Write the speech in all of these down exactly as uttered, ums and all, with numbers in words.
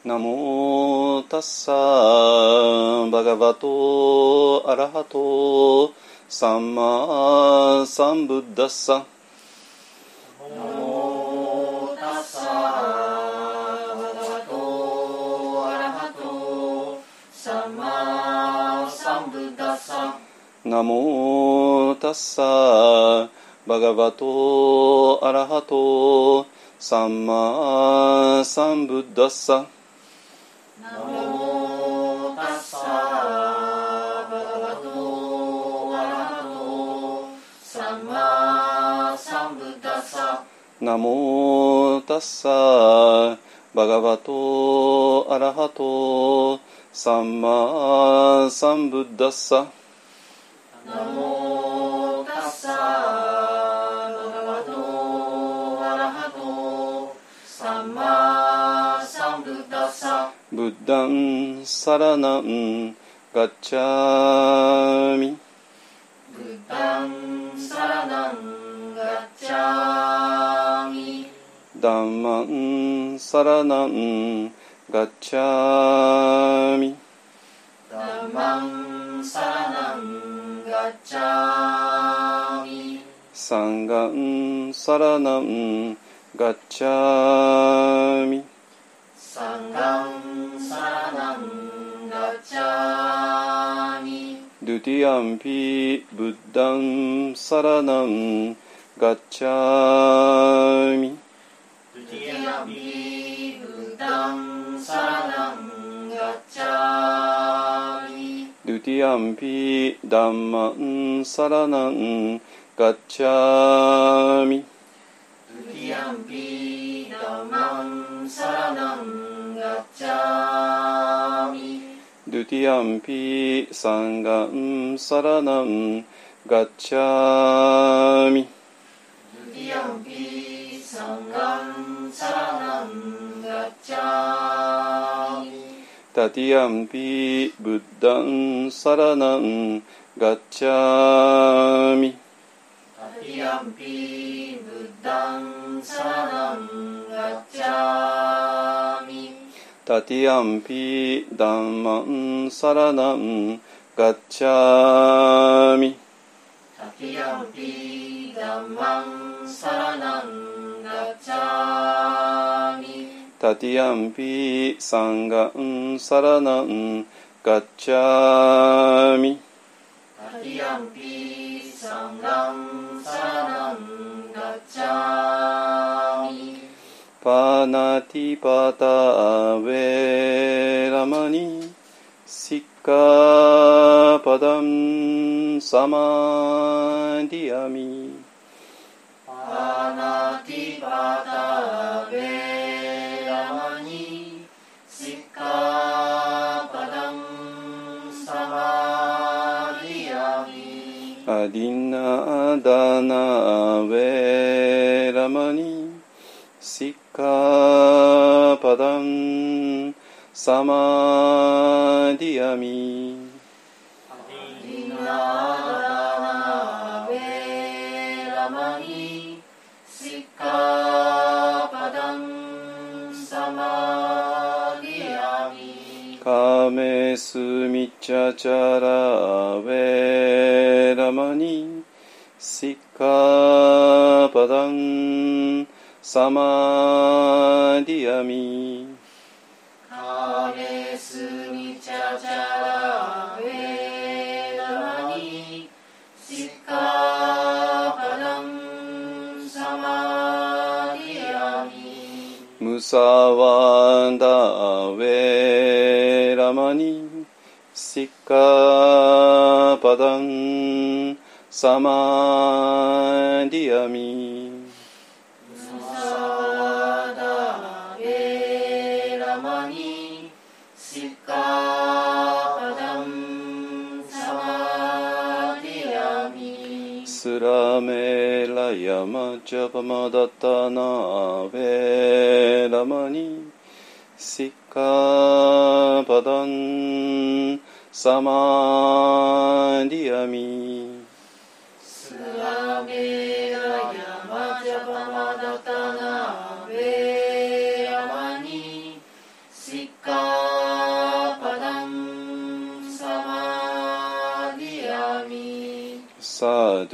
ナモタッサーバガバトアラハトサンマサンブッダッサ。 ナモタッサーバガバトアラハトサンマサンブッダッサ。 ナモタッサーバガバトアラハトサンマサンブッダッサ。 ナモタッサーバガバトアラハトサンマサンブッダッサ。 ナモタッサーバガバトアラハトサンマサンブッダッサ。 ナモタッサーバガバトアラハトサンマサンブッダッサ。 ブッダンサラナンガッチャミ。 ブッダンサラナンガッチャミ。 ダンマンサラナンガッチャミ。 ダンマンサラナンガッチャミ。 サンガンサラナンガッチャミ。 サンガンサラナンガッチャミ。 ドゥティアンピブッダンサラナンガッチャミ。 ドゥティアンピブッダンサラナンガッチャミ。 ドゥティアンピダンマンサラナンガッチャミ。 ドゥティアンピダンマンサラナンガッチャミ。 ドゥティアンピサンガンサラナンガッチャミ。 ドゥティアンピサンガンサラナンガッチャミ。 タティアンピブッダンサラナンガッチャミ。 タティアンピブッダンサラナンガッチャミ。 タティアンピダンマンサラナンガッチャミ。 タティアンピダンマンサラナンガッチャミ。 タティアンピサンガンサラナンガッチャミ。 タティアンピサンガンサラナンガッチャミ。 パナティパタアヴェラマニシッカパダンサマディアミ。 パナティパタヴェラマニシッカパダンサマディアミ。 アディナダナヴェラマニシッカパダンサマディアミ。 アディナダナヴェラマニシッカパダンサマディアミ。 カメスミチャチャラヴェラマニシッカパダンサマディアミ。 カメスミチャチャラヴェラマニシッカパダンサマディアミ。 ムサワダヴェラマニシッカパダンサマディアミ。 ムサワダヴェラマニシッカパダンサマディアミ。 スラメラヤマジャパマダタナヴェラマニシッカパダンサマディアミ。 スラメラヤマジャパマダタナヴェラマニシッカ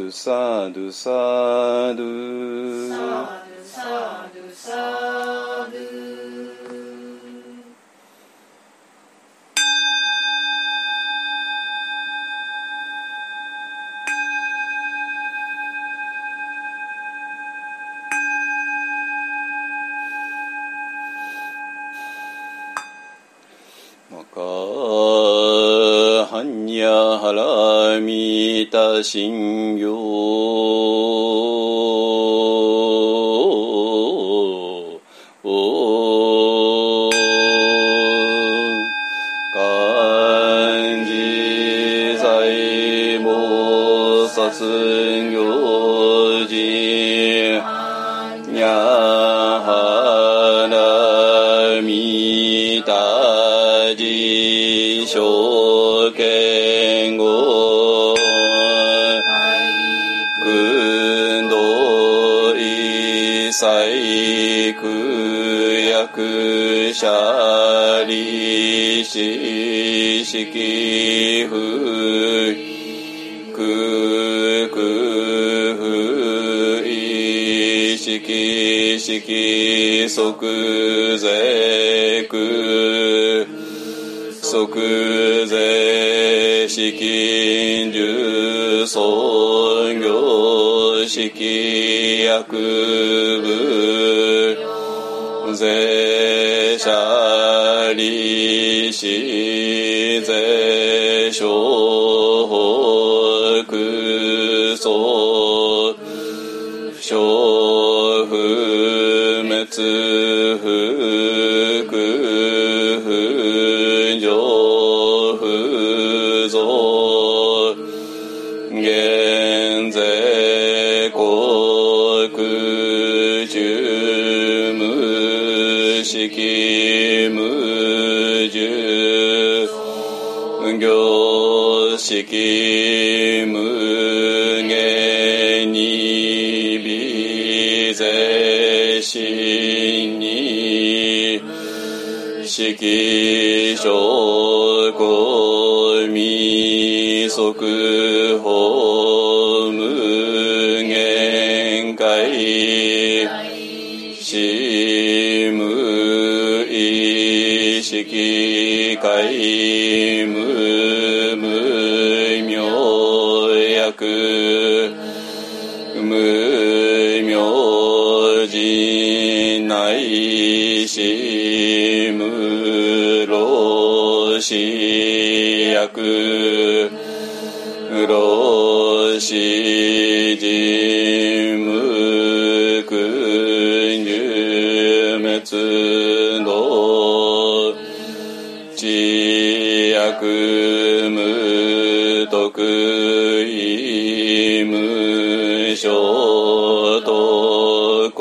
ドゥサドゥサドゥサドゥサドゥサドゥハンニャハラミタシンギョ漢字財菩薩行事ニャハラミタジ証券語訓導一切苦役者利子式不空空不意識式即税空即税式重創業式薬部税者利子税商法空想小不滅不空不上不増減税国中無式無住業式無限に微税心に式証拠未速報無限界死無意識界無無明薬無明人内死無老死薬老死人無空入滅の知薬無徳意無所得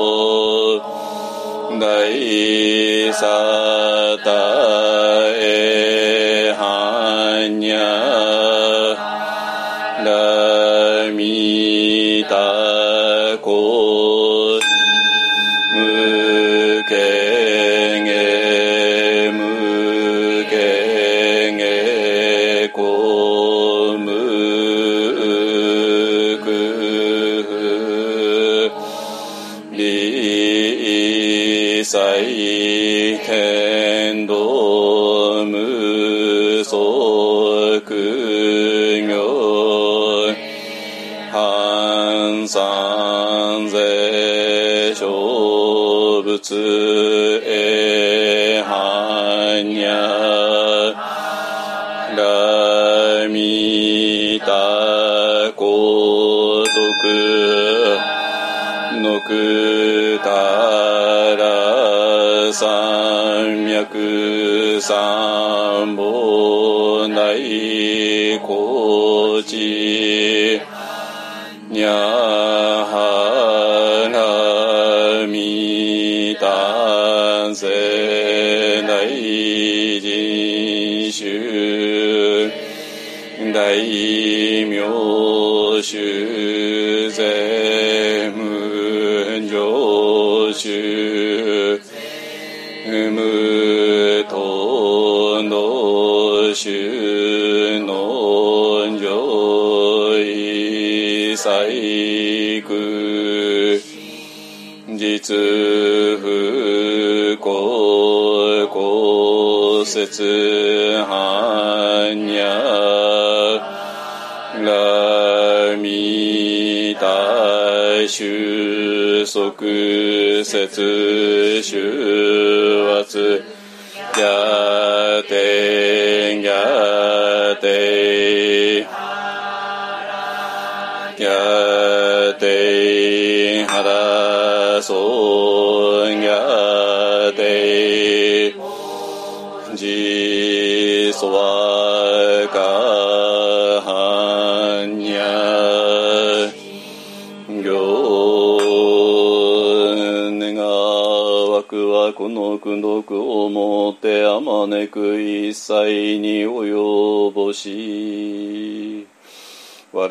大サタエハンニャラミタコ無限へ無限へコ無空理祭天道無足業半三世小仏へ般若ラミタコ徳のくたら三脈三本大高知にゃはらみたせ大人衆大名衆税無常衆無等の衆の上位実不公公説般若羅弥大収束説修圧逆転逆転逆転原損逆転自素和か般若行願わくはこの功徳をもってあまねく一切に及ぼし我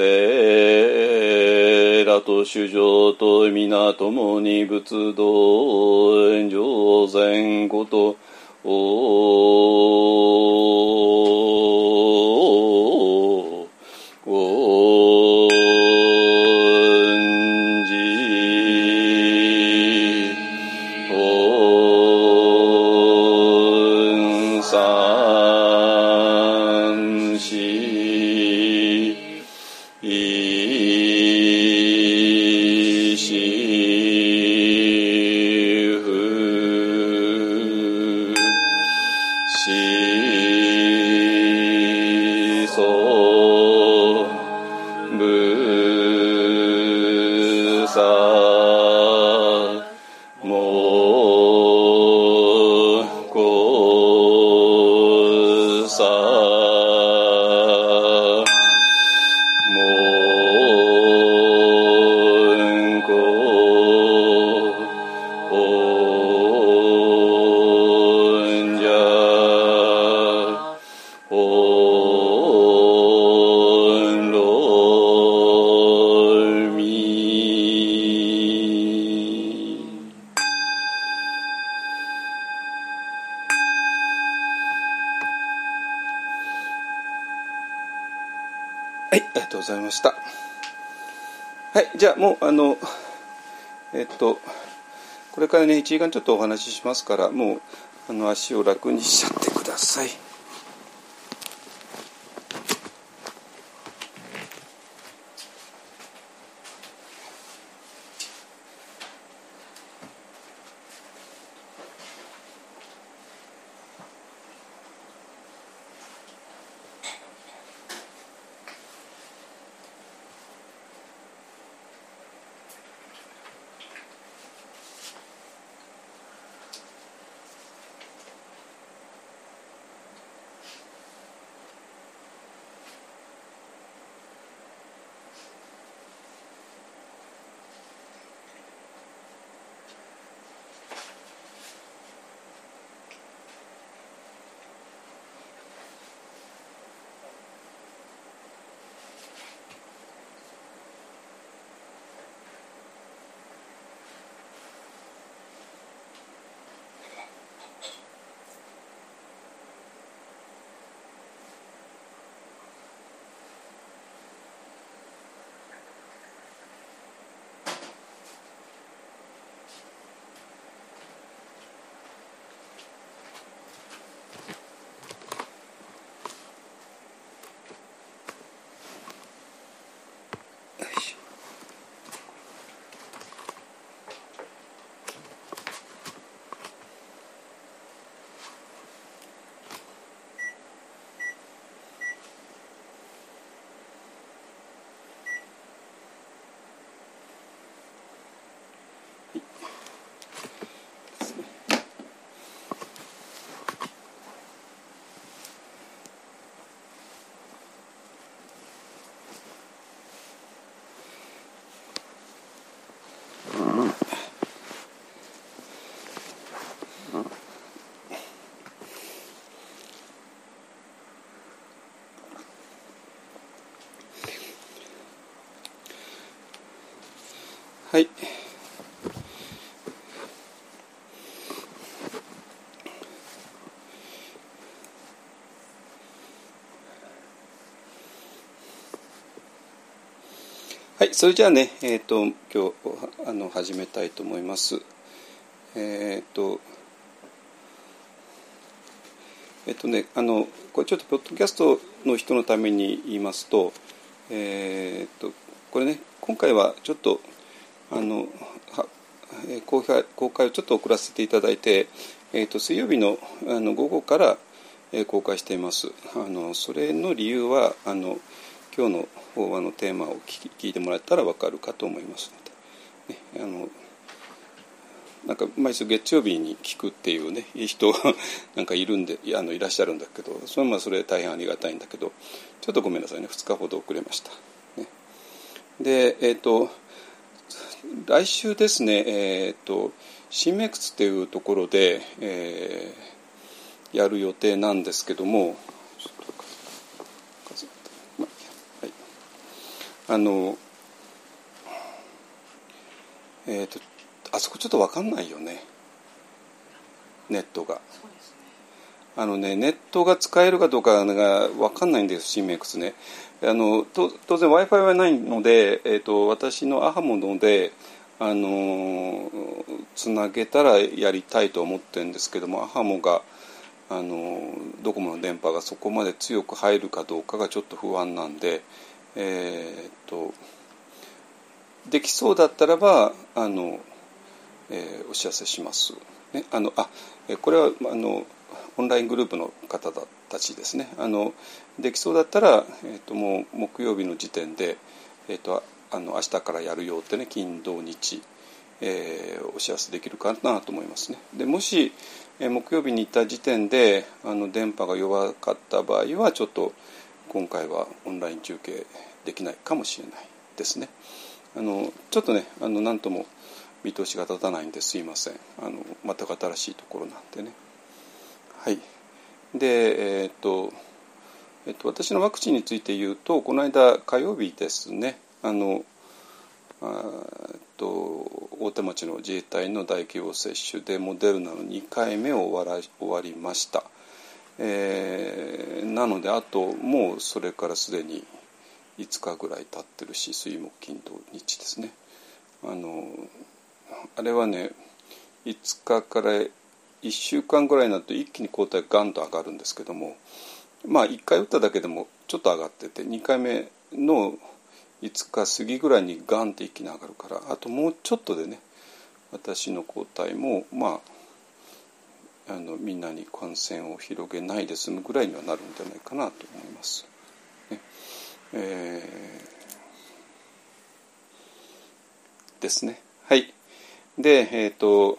らと主情と皆共に仏道上善ことおおんじおんさんしいしふしそぶさもこさもんこおんじゃおんろみはい、ありがとうございました。はい、じゃあもうあのえっとこれからねいちじかんちょっとお話ししますからもうあの足を楽にしちゃってください。はい。はい、 それじゃあね、えー、と今日あの始めたいと思います。えっ、ー、とえっ、ー、とねあのこれちょっとポッドキャストの人のために言いますと、えっ、ー、とこれね今回はちょっとあのは公開公開をちょっと遅らせていただいて、えー、と水曜日のあの午後から、えー、公開しています。あのそれの理由はあの今日の法話のテーマを聞き聞いてもらえたら分かるかと思いますので、ね、あのなんか毎週月曜日に聞くっていうねいい人なんかいるんであのいらっしゃるんだけど、それはまあそれ大変ありがたいんだけど、ちょっとごめんなさいね、ふつかほど遅れました、ね、でえっ、ー、と来週ですね、えっ、ー、と新明窟っていうところで、えー、やる予定なんですけども、あのえーと、あそこちょっと分かんないよね、ネットが。そうですね。あのね、ネットが使えるかどうかが分かんないんです、新明窟ね。あのと当然 Wi-Fi はないので、えーと、私のアハモのであのつなげたらやりたいと思ってるんですけども、アハモがあのドコモの電波がそこまで強く入るかどうかがちょっと不安なんで、えーとできそうだったらばあの、えー、お知らせします、ね、あのあこれはあのオンライングループの方たちですね。あのできそうだったら、えー、ともう木曜日の時点で、えー、とあの明日からやるよってね、金土日、えー、お知らせできるかなと思いますね。でもし、えー、木曜日に行った時点であの電波が弱かった場合はちょっと今回はオンライン中継できないかもしれないですね。あのちょっとねあの何とも見通しが立たないんですいません。あの全く新しいところなんでね。はい。で、えーっとえっと、私のワクチンについて言うと、この間火曜日ですね、あのあと大手町の自衛隊の大規模接種でモデルナのにかいめを終わら終わりました。えー、なのであともうそれからすでにいつかぐらい経ってるし、水木金土日ですね。あのあれはねいつかからいっしゅうかんぐらいになると一気に抗体がガンと上がるんですけども、まあいっかい打っただけでもちょっと上がってて、にかいめのいつか過ぎぐらいにガンって一気に上がるから、あともうちょっとでね私の抗体もまああのみんなに感染を広げないで済むぐらいにはなるんじゃないかなと思います、ねえー、ですね。はい。で、えっと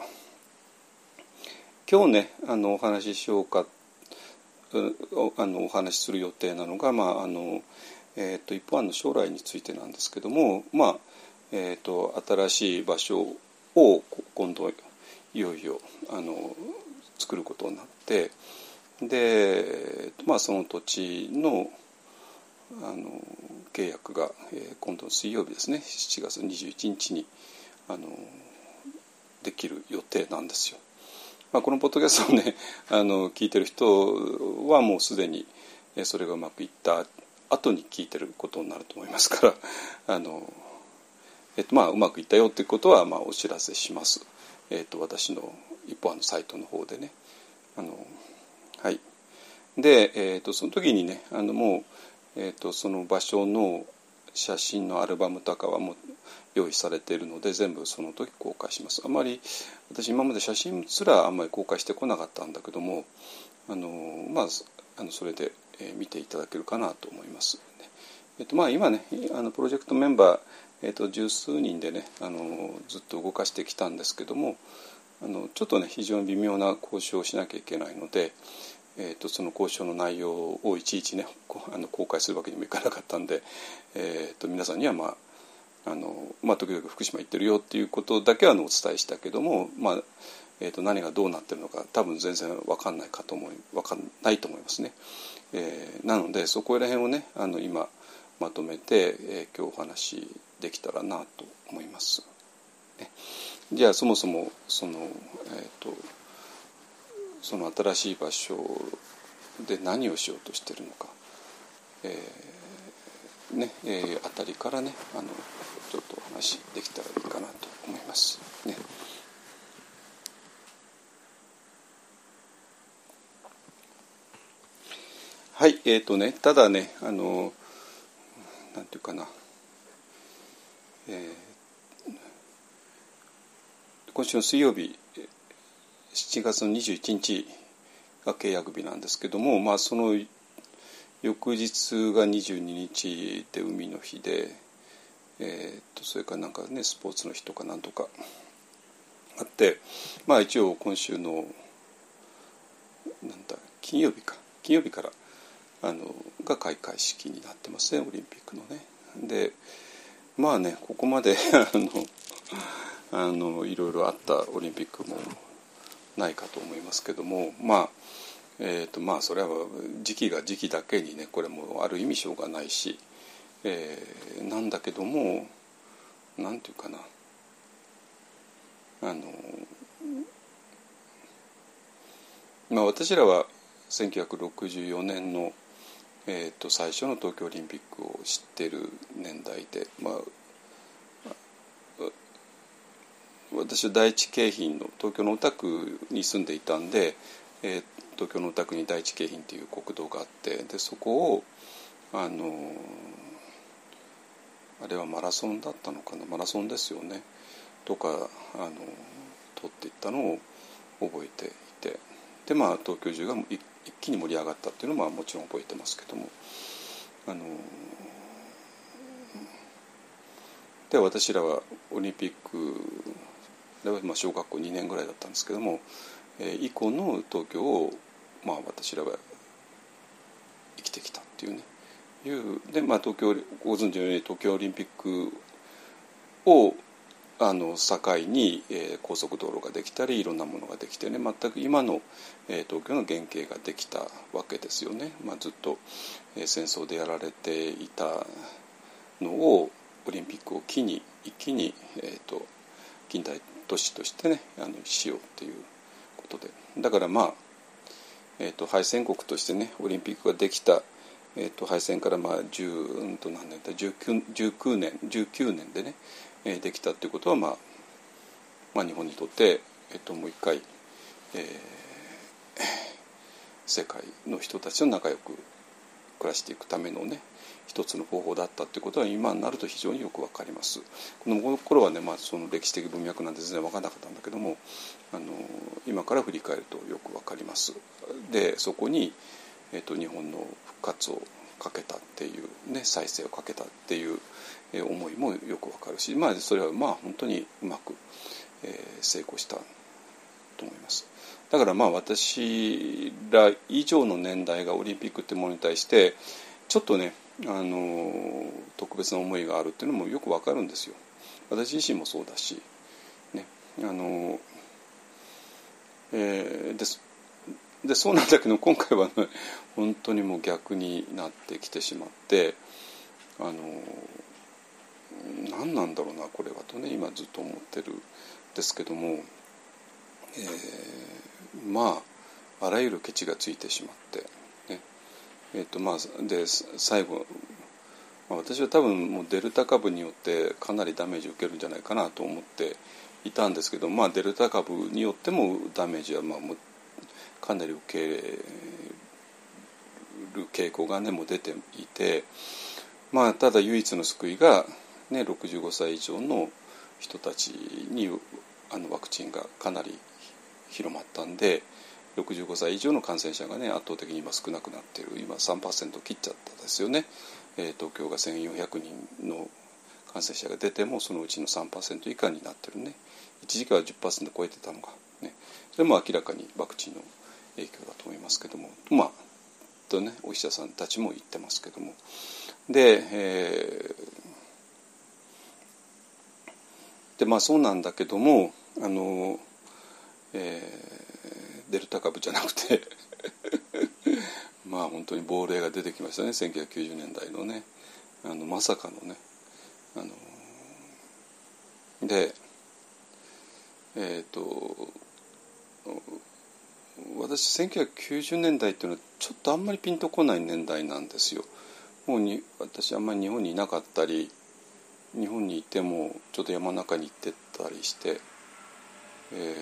今日ねあのお話ししようかあのお話しする予定なのが、まああのえー、と一方案の将来についてなんですけども、まあえー、と新しい場所を今度いよいよあの作ることになって、で、まあ、その土地のあの契約が、えー、今度の水曜日ですね、しちがつにじゅういちにちにあのできる予定なんですよ。まあ、このポッドキャストをねあの聞いてる人はもうすでにそれがうまくいった後に聞いてることになると思いますからあの、えっとまあ、うまくいったよっていうことはまあお知らせします、えっと、私の一方案のサイトの方でね。あの、はい、で、えっと、その時にねあのもう、えっと、その場所の写真のアルバムとかはもう用意されているので全部その時公開します。あまり私今まで写真すらあんまり公開してこなかったんだけども、あのまああのそれで見ていただけるかなと思います。えっとまあ今ねあのプロジェクトメンバー、えっと、十数人でねあのずっと動かしてきたんですけども、あのちょっとね非常に微妙な交渉をしなきゃいけないので、えっとその交渉の内容をいちいちねあの公開するわけにもいかなかったんで、えっと皆さんにはまああのまあ、時々福島行ってるよっていうことだけはお伝えしたけども、まあえー、と何がどうなってるのか多分全然分かんないかと思い分かんないと思いますね。えー、なのでそこら辺をねあの今まとめて、えー、今日お話できたらなと思います。ね、じゃあそもそもその、えー、とその新しい場所で何をしようとしてるのか、えね、えー、あたりからねあのちょっとお話できたらいいかなと思いますね。はい、えーとね、ただね、あのなんていうかな、えー、今週の水曜日しちがつのにじゅういちにちが契約日なんですけども、まあ、その翌日がにじゅうににちで海の日で、えー、とそれからなんかねスポーツの日とかなんとかあって、まあ一応今週のなんだ金曜日か金曜日からあのが開会式になってますね、オリンピックのね。でまあねここまであのあのいろいろあったオリンピックもないかと思いますけども、まあえーとまあそれは時期が時期だけにねこれもある意味しょうがないし、えー、なんだけどもなんていうかなあのまあ私らはせんきゅうひゃくろくじゅうよねんのえー、と最初の東京オリンピックを知っている年代で、まあ、私は第一京浜の東京の大田区に住んでいたんで、えー、東京の大田区に第一京浜という国道があって、でそこをあのあれはマラソンだったのかな、マラソンですよねとかあの通っていったのを覚えていて、でまあ東京中が一気に盛り上がったっていうのはもちろん覚えてますけども、あので私らはオリンピックではまあ小学校にねんぐらいだったんですけども、えー、以降の東京をまあ私らは生きてきたっていうねいうで、まあ、東京ご存知のように東京オリンピックをあの境に、えー、高速道路ができたりいろんなものができてね、全く今の、えー、東京の原型ができたわけですよね。まあ、ずっと、えー、戦争でやられていたのをオリンピックを機に一気に、えー、と近代都市としてねあのしようっていうことで、だからまあ、えー、と敗戦国としてねオリンピックができた、えー、と敗戦からまあじゅう、うんと何年だじゅうきゅう、じゅうきゅうねんじゅうきゅうねんでねできたということは、まあ、まあ日本にとって、えっと、もう一回、えー、世界の人たちと仲良く暮らしていくためのね一つの方法だったということは今になると非常によくわかります。この頃はね、まあ、その歴史的文脈なんて全然分からなかったんだけども、あの今から振り返るとよくわかります。でそこに、えっと、日本の復活をかけたっていうね再生をかけたっていう思いもよくわかるし、まあ、それはまあ本当にうまく、えー、成功したと思います。だからまあ私ら以上の年代がオリンピックってものに対してちょっとねあの特別な思いがあるっていうのもよくわかるんですよ。私自身もそうだし、ね、あの、えー、ですでそうなんだけど今回は、ね、本当にもう逆になってきてしまって、あの何なんだろうなこれはとね今ずっと思ってるんですけども、えー、まああらゆるケチがついてしまって、ねえーとまあ、で最後、まあ、私は多分もうデルタ株によってかなりダメージを受けるんじゃないかなと思っていたんですけど、まあ、デルタ株によってもダメージはまあもうかなり受ける傾向がねもう出ていて、まあ、ただ唯一の救いが、ね、ろくじゅうごさい以上の人たちにあのワクチンがかなり広まったんでろくじゅうごさい以上の感染者がね圧倒的に今少なくなっている、今 さんパーセント 切っちゃったですよね、えー、東京がせんよんひゃくにんの感染者が出てもそのうちの さんパーセント 以下になってるね。一時期は じゅっパーセント 超えてたのが、ね、それも明らかにワクチンの影響だと思いますけども、まあとねお医者さんたちも言ってますけども、で、えー、でまあそうなんだけどもあの、えー、デルタ株じゃなくてまあ本当に亡霊が出てきましたね。せんきゅうひゃくきゅうじゅうねんだいのねあのまさかのねあのでえっ、ー、と私せんきゅうひゃくきゅうじゅうねんだいっていうのはちょっとあんまりピンとこない年代なんですよ。 もうに私あんまり日本にいなかったり、日本にいてもちょっと山の中に行ってったりして、え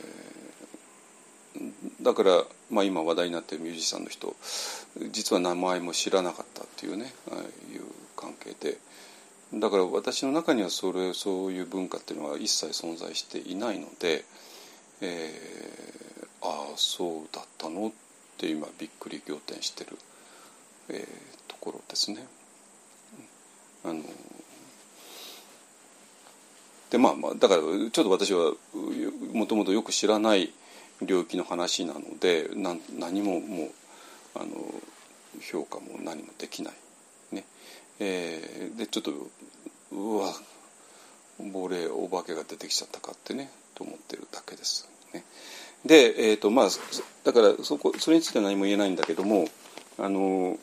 ー、だから、まあ、今話題になっているミュージシャンの人、実は名前も知らなかったっていうね、ああいう関係で、だから私の中にはそれそういう文化っていうのは一切存在していないので、えー、ああそうだったのって今びっくり仰天してる、えー、ところですね。あのでまあまあだからちょっと私はもともとよく知らない領域の話なので、な何ももうあの評価も何もできないね。えー、でちょっとうわ亡霊お化けが出てきちゃったかってねと思ってるだけですね。で、えーとまあ、だからそこそれについては何も言えないんだけども、あの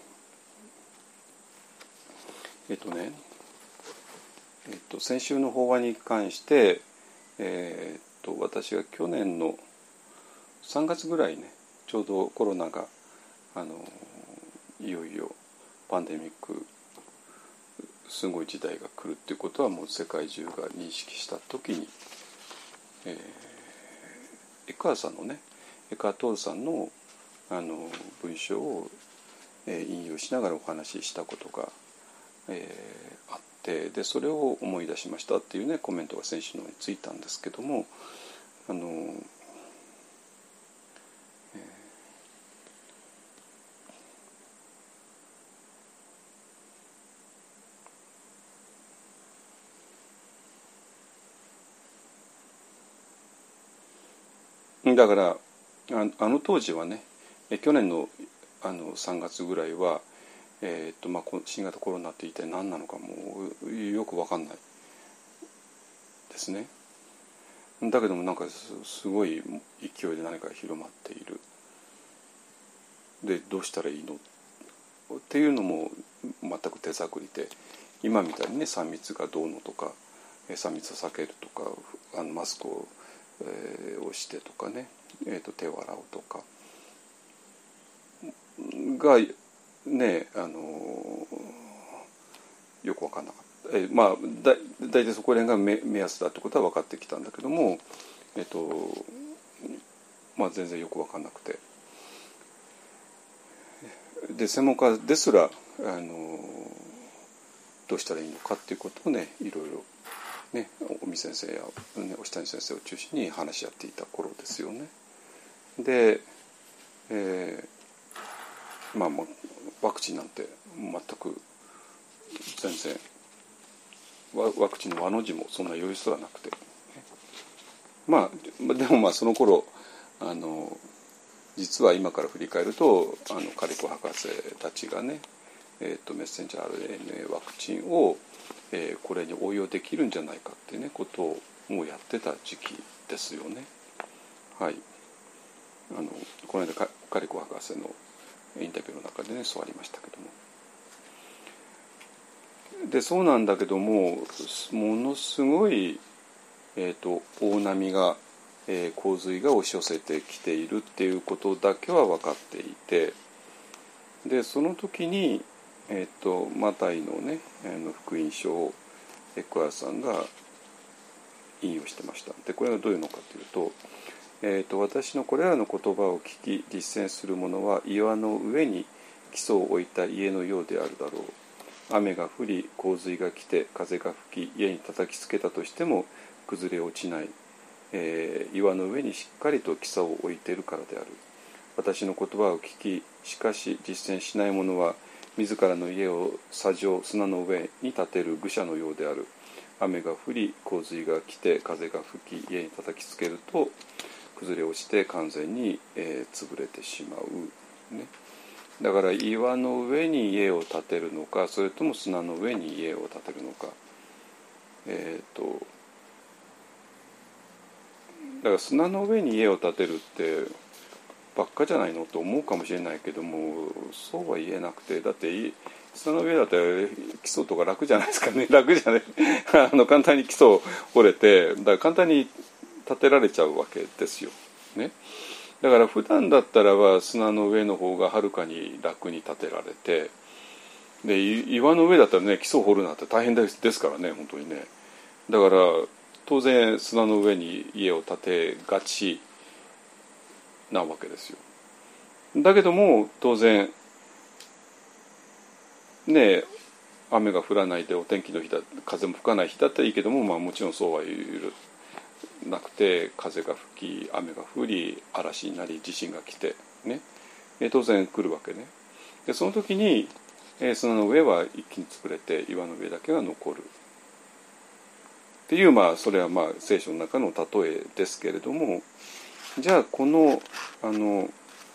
えっ、ー、とねえー、と先週の法話に関して、えー、と私が去年のさんがつぐらいね、ちょうどコロナがあのいよいよパンデミックすごい時代が来るっていうことはもう世界中が認識した時に、えー、エクアさんのねエクアトールさんのあの文章を、えー、引用しながらお話ししたことが、えー、あって、でそれを思い出しましたっていうねコメントが先週の方についたんですけども、あの、えー、だからあ, あの当時はね、え去年のあのさんがつぐらいは、えーとまあ、新型コロナって一体何なのかもうよく分かんないですね。だけどもなんか す, すごい勢いで何か広まっている。でどうしたらいいのっていうのも全く手探りで、今みたいにねさん密がどうのとかさん密を避けるとかあのマスクを、えー、をしてとかね、えー、と手を洗うとかがね、あのー、よく分かんなかった。えー、まあだ大体そこら辺が 目, 目安だってことは分かってきたんだけども、えっ、ー、とまあ全然よく分かんなくて、で専門家ですら、あのー、どうしたらいいのかっていうことをねいろいろね尾身先生や、ね、押谷先生を中心に話し合っていた頃ですよね。で、えー、まあもうワクチンなんて全く全然ワクチンの和の字もそんな余裕すらなくて、まあでもまあその頃あの実は今から振り返るとあのカリコ博士たちがね、えー、とメッセンジャー アールエヌエー ワクチンを、えー、これに応用できるんじゃないかっていうねことをもうやってた時期ですよね。はい、あのこの間カリコ博士のインタビューの中でねそうありましたけども、でそうなんだけどもものすごい、えー、と大波が、えー、洪水が押し寄せてきているっていうことだけは分かっていて、でその時に、えー、とマタイのねあの福音書をエクアさんが引用してました。でこれがどういうのかというと、えー、と私のこれらの言葉を聞き実践する者は岩の上に基礎を置いた家のようであるだろう。雨が降り洪水が来て風が吹き家に叩きつけたとしても崩れ落ちない、えー、岩の上にしっかりと基礎を置いているからである。私の言葉を聞きしかし実践しない者は自らの家を砂上砂の上に建てる愚者のようである。雨が降り洪水が来て風が吹き家に叩きつけると崩れ落ちて完全に、えー、潰れてしまう、ね、だから岩の上に家を建てるのかそれとも砂の上に家を建てるのか、えーとだから砂の上に家を建てるってばっかじゃないのと思うかもしれないけども、そうは言えなくて、だって砂の上だったら基礎とか楽じゃないですかね。楽じゃないあの簡単に基礎折れてだから簡単に建てられちゃうわけですよ、ね、だから普段だったらば砂の上の方がはるかに楽に建てられて、 で岩の上だったらね基礎を掘るなんて大変ですですからね本当にね。だから当然砂の上に家を建てがちなわけですよ。だけども当然ね雨が降らないでお天気の日だ風も吹かない日だったらいいけども、まあ、もちろんそうはなくて風が吹き雨が降り嵐になり地震が来てね当然来るわけね。でその時に砂の上は一気に潰れて岩の上だけが残るっていう、まあそれはまあ聖書の中の例えですけれども、じゃあこのあの、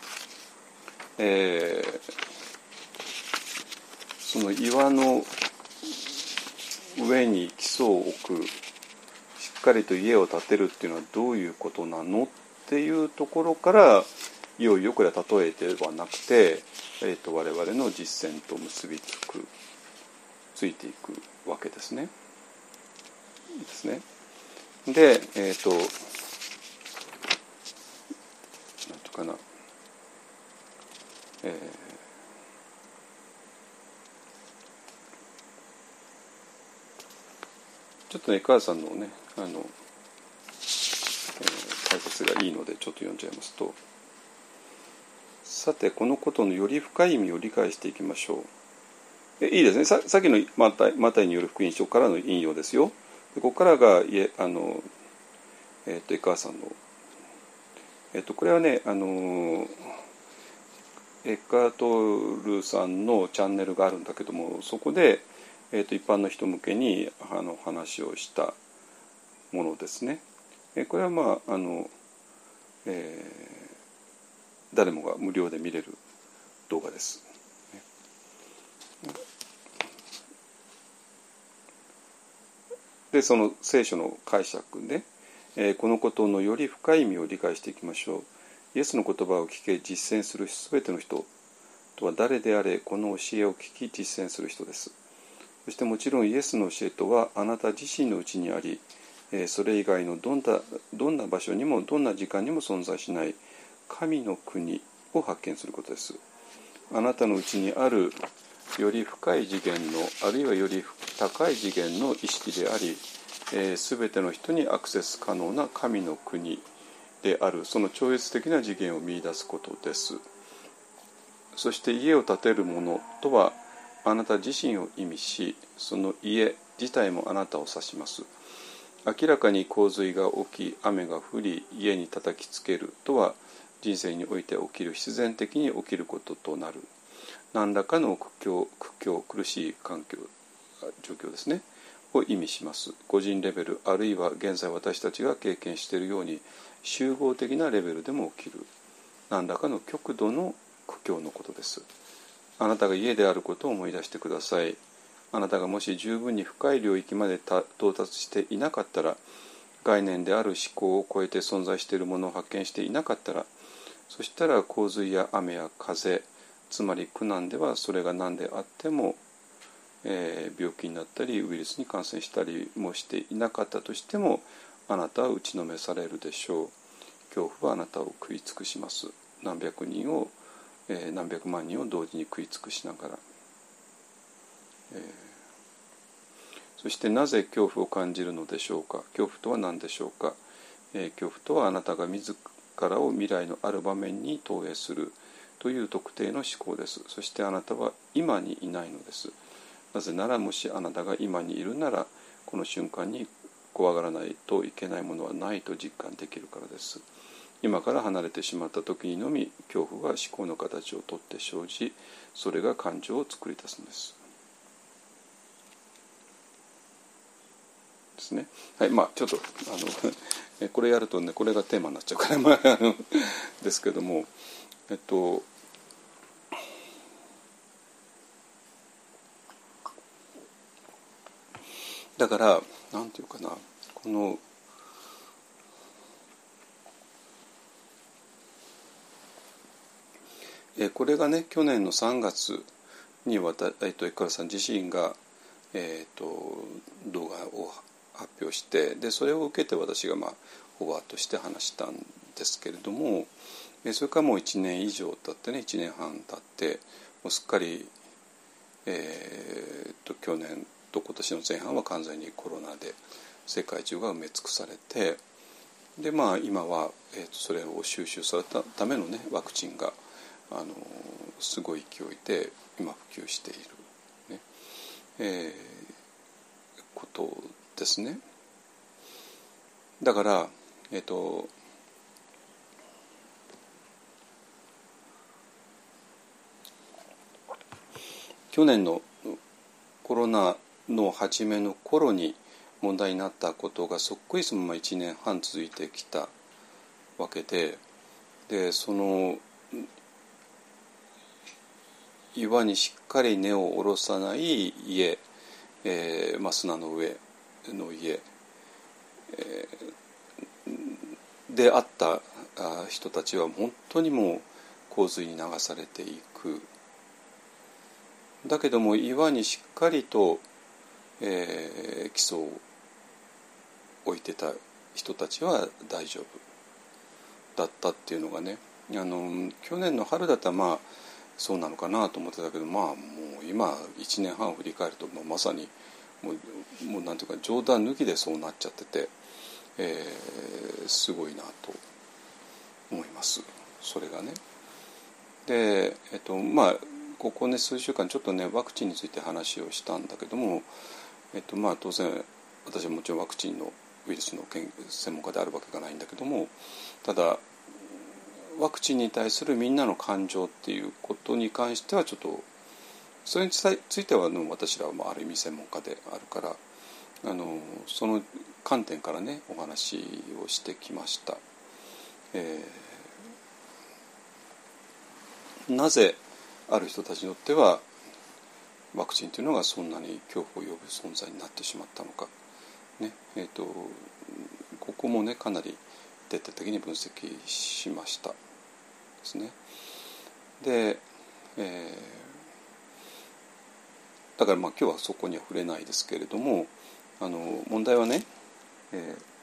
えー、その岩の上に基礎を置く、しっかりと家を建てるっていうのはどういうことなのっていうところからいよいよこれは例えではなくて、えー、と我々の実践と結びつくついていくわけですね。ですね。で、えっ、ー、となんとかな、えー、ちょっとね江川さんのねあの、えー、解説がいいのでちょっと読んじゃいますと、さてこのことのより深い意味を理解していきましょう。いいですね。 さ, さっきのマタイ、マタイによる福音書からの引用ですよ。でここからがいえあの、えー、と江川さんの、えー、とこれはねあのエカートルさんのチャンネルがあるんだけども、そこで、えー、と一般の人向けにあの話をしたものですね。えー、これはまああの、えー、誰もが無料で見れる動画です。でその聖書の解釈で、えー、このことのより深い意味を理解していきましょう。イエスの言葉を聞け実践するすべての人とは誰であれこの教えを聞き実践する人です。そしてもちろんイエスの教えとはあなた自身のうちにあり、えー、それ以外のどんな、どんな場所にもどんな時間にも存在しない神の国を発見することです。あなたのうちにあるより深い次元のあるいはより高い次元の意識であり、えー、全ての人にアクセス可能な神の国であるその超越的な次元を見出すことです。そして家を建てるものとはあなた自身を意味し、その家自体もあなたを指します。明らかに洪水が起き雨が降り家に叩きつけるとは人生において起きる必然的に起きることとなる何らかの苦境、苦境、苦しい環境、状況ですね、を意味します。個人レベル、あるいは現在私たちが経験しているように集合的なレベルでも起きる何らかの極度の苦境のことです。あなたが家であることを思い出してください。あなたがもし十分に深い領域まで到達していなかったら、概念である思考を超えて存在しているものを発見していなかったら、そしたら洪水や雨や風、つまり苦難ではそれが何であっても、えー、病気になったりウイルスに感染したりもしていなかったとしても、あなたは打ちのめされるでしょう。恐怖はあなたを食い尽くします。何百人を、えー、何百万人を同時に食い尽くしながら、えー、そしてなぜ恐怖を感じるのでしょうか。恐怖とは何でしょうか。えー、恐怖とはあなたが自らを未来のある場面に投影するという特定の思考です。そしてあなたは今にいないのです。なぜならもしあなたが今にいるなら、この瞬間に怖がらないといけないものはないと実感できるからです。今から離れてしまった時にのみ恐怖は思考の形をとって生じ、それが感情を作り出すのです。ですね。はい、まあちょっとあのこれやるとねこれがテーマになっちゃうからまああのですけども、えっとだからなんていうかな、このえこれがね去年のさんがつにわた、えっと、江川さん自身が、えっと、動画を発表して、でそれを受けて私が、まあ、フォワードとして話したんですけれども、それからもういちねん以上経ってねいちねんはん経ってもうすっかりえー、と去年と今年の前半は完全にコロナで世界中が埋め尽くされて、でまあ今は、えー、とそれを収集されたためのねワクチンがあのすごい勢いで今普及している、ねえー、ことですね。だからえっ、ー、と去年のコロナの初めの頃に問題になったことがそっくりそのままいちねんはん続いてきたわけで、でその岩にしっかり根を下ろさない家、えーまあ、砂の上の家、えー、であった人たちは本当にもう洪水に流されていく。だけども岩にしっかりと、えー、基礎を置いてた人たちは大丈夫だったっていうのがね、あの去年の春だったらまあそうなのかなと思ってたけど、まあもう今いちねんはんを振り返ると、まあ、まさにもう、もうなんていうか冗談抜きでそうなっちゃってて、えー、すごいなと思います、それがね。で、えっとまあここね数週間ちょっとねワクチンについて話をしたんだけども、えっとまあ当然私はもちろんワクチンのウイルスの専門家であるわけがないんだけども、ただワクチンに対するみんなの感情っていうことに関してはちょっとそれについてはの私らはある意味専門家であるから、あのその観点からねお話をしてきました。えー、なぜある人たちにとってはワクチンというのがそんなに恐怖を呼ぶ存在になってしまったのか、ねえー、とここもねかなり徹底的に分析しましたですね。で、えー、だからまあ今日はそこには触れないですけれども、あの問題はね、えー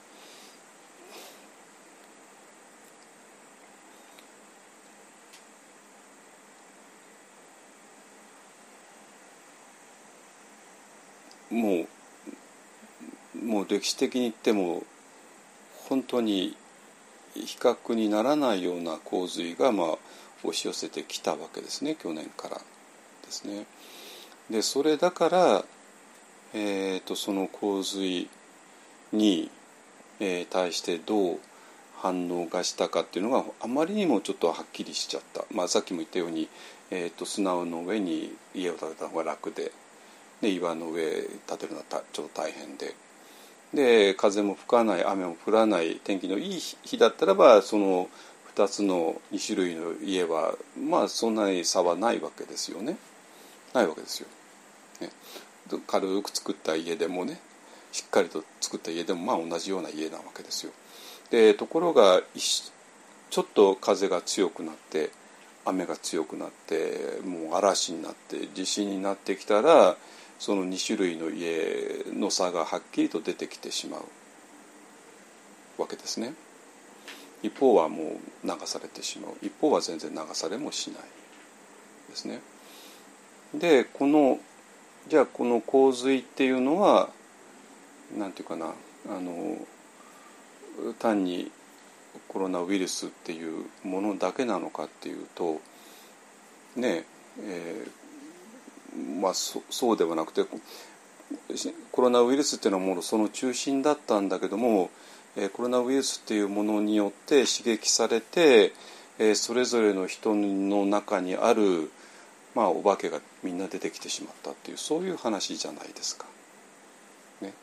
もう、もう歴史的に言っても本当に比較にならないような洪水がまあ押し寄せてきたわけですね、去年からですね。でそれだから、えー、とその洪水に、えー、対してどう反応がしたかっていうのがあまりにもちょっとはっきりしちゃった、まあ、さっきも言ったように、えー、と砂の上に家を建てた方が楽で、で岩の上建てるのはちょっと大変で、で風も吹かない雨も降らない天気のいい日だったらばそのふたつのに種類の家はまあそんなに差はないわけですよね。ないわけですよ、ね、軽く作った家でもね、しっかりと作った家でもまあ同じような家なわけですよ。でところがちょっと風が強くなって雨が強くなってもう嵐になって地震になってきたら、そのに種類の家の差がはっきりと出てきてしまうわけですね。一方はもう流されてしまう、一方は全然流されもしないですね。でこのじゃあこの洪水っていうのはなんていうかな、あの単にコロナウイルスっていうものだけなのかっていうとねえー、まあ そ, そうではなくて、コロナウイルスっていうのはもうその中心だったんだけども、えー、コロナウイルスっていうものによって刺激されて、えー、それぞれの人の中にある、まあ、お化けがみんな出てきてしまったっていう、そういう話じゃないですか。ね、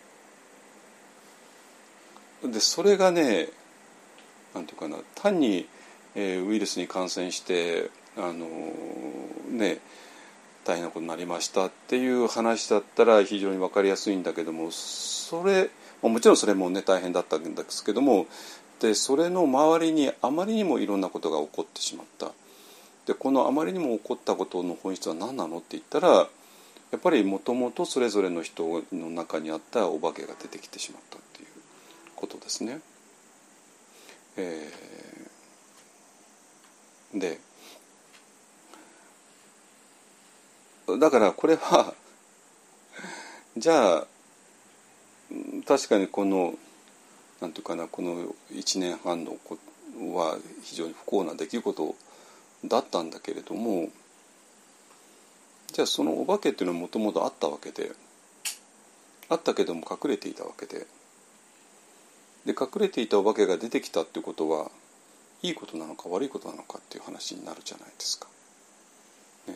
でそれがね、なんていうかな、単に、えー、ウイルスに感染してあのー、ね大変なことになりましたっていう話だったら非常に分かりやすいんだけども、それもちろんそれもね大変だったんですけども、でそれの周りにあまりにもいろんなことが起こってしまった。でこのあまりにも起こったことの本質は何なのって言ったら、やっぱりもともとそれぞれの人の中にあったお化けが出てきてしまったっていうことですね。えー、でだからこれはじゃあ確かにこのなんていうかな、このいちねんはんのこは非常に不幸な出来事だったんだけれども、じゃあそのお化けっていうのはもともとあったわけで、あったけども隠れていたわけで、で隠れていたお化けが出てきたっていうことはいいことなのか悪いことなのかっていう話になるじゃないですか。ね、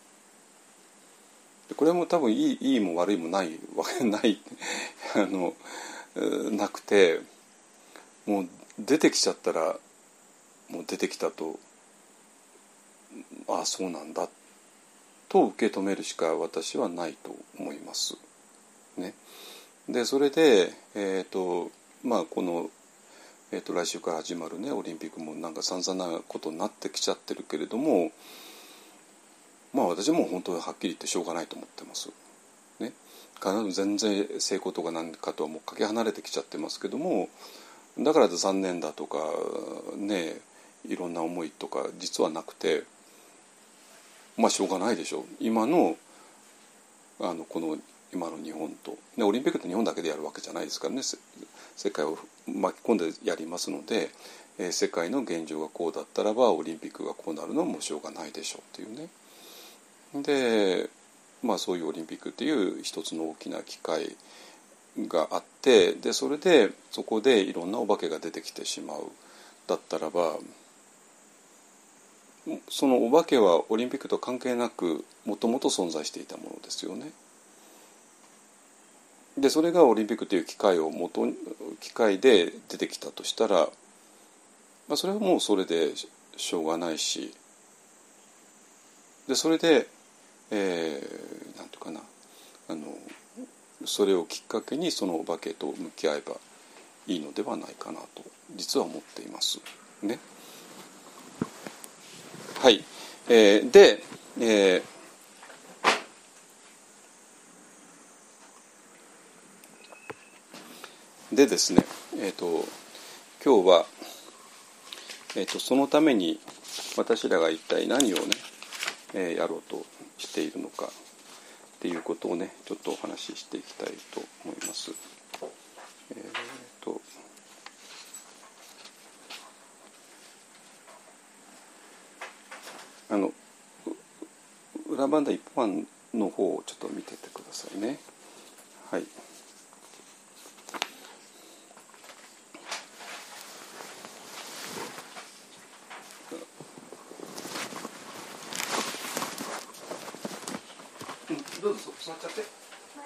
でこれも多分いい、いいも悪いもないわけないあのなくて、もう出てきちゃったらもう出てきたと、ああそうなんだと受け止めるしか私はないと思います。ね、でそれで、えーとまあ、この、えーと来週から始まる、ね、オリンピックもなんか散々なことになってきちゃってるけれども、まあ私も本当にはっきり言ってしょうがないと思ってます。ね、必ず全然成功とか何かとはもうかけ離れてきちゃってますけども、だから残念だとかね、いろんな思いとか実はなくて、まあしょうがないでしょう。今のあのこの今の日本と、ね、オリンピックって日本だけでやるわけじゃないですからね、世界を巻き込んでやりますので、えー、世界の現状がこうだったらばオリンピックがこうなるのもしょうがないでしょうっていうね。で、まあそういうオリンピックっていう一つの大きな機会があって、でそれでそこでいろんなお化けが出てきてしまうだったらば、そのお化けはオリンピックと関係なくもともと存在していたものですよね。でそれがオリンピックという機会を元機会で出てきたとしたら、まあ、それはもうそれでしょうがないし、でそれで、えー、なんていうかな、あのそれをきっかけにそのお化けと向き合えばいいのではないかなと実は思っていますね。はい、えー、で、えー、でですね、えーと、今日は、えーと、そのために私らが一体何をね、えー、やろうとしているのかっていうことをね、ちょっとお話ししていきたいと思います。えーとあの裏番台一般の方をちょっと見ててくださいね。はい。どうぞ座っちゃって。はい。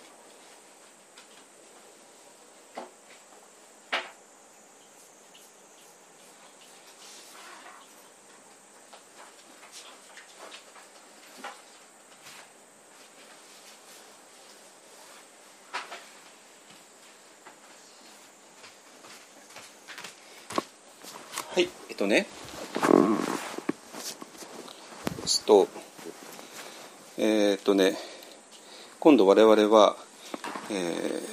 はい、えっとね、すと、えー、っとね、今度我々は、え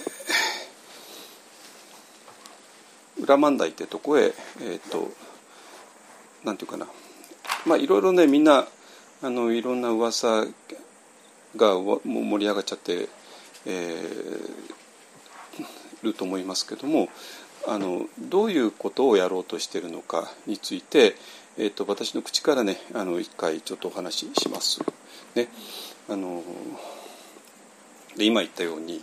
ー、裏万代ってとこへ、えー、っと、なんていうかな、まあいろいろね、みんな、あの、いろんな噂がもう盛り上がっちゃって、えー、ると思いますけども、あのどういうことをやろうとしているのかについて、えー、と私の口からね、あの一回ちょっとお話しします。ね、あので今言ったように、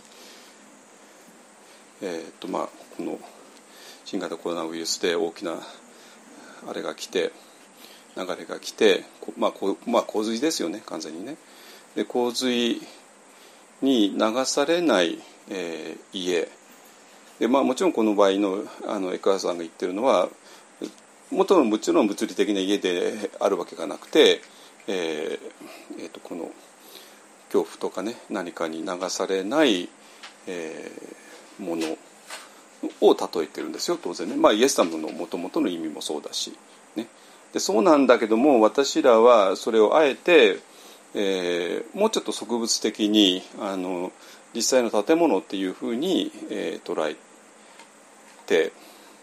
えーとまあ、この新型コロナウイルスで大きなあれが来て流れが来て、まあこうまあ、洪水ですよね、完全にね。で洪水に流されない、えー、家で、まあ、もちろんこの場合 の, あの江川さんが言ってるのはもちろんもちろん物理的な家であるわけがなくて、えーえー、とこの恐怖とかね、何かに流されない、えー、ものを例えてるんですよ、当然ね。まあ、イエス様のもともとの意味もそうだし、ね、でそうなんだけども、私らはそれをあえて、えー、もうちょっと植物的にあの実際の建物っていうふうに、えー、捉えて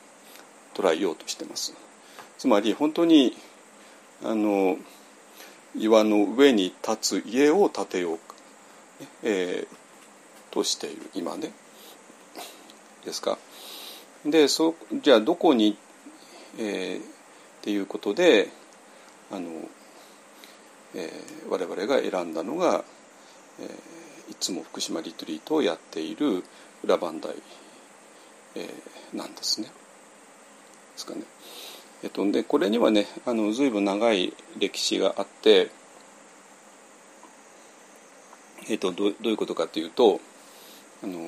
捉えようとしてます。つまり本当にあの岩の上に立つ家を建てよう、えー、としている今ねですか。でそじゃあどこに、えー、っていうことであの、えー、我々が選んだのが、えー、いつも福島リトリートをやっている裏磐梯、えー、なんですね。ですかね。えっと、でこれにはねあの随分長い歴史があって、えっと、ど, どういうことかというとあの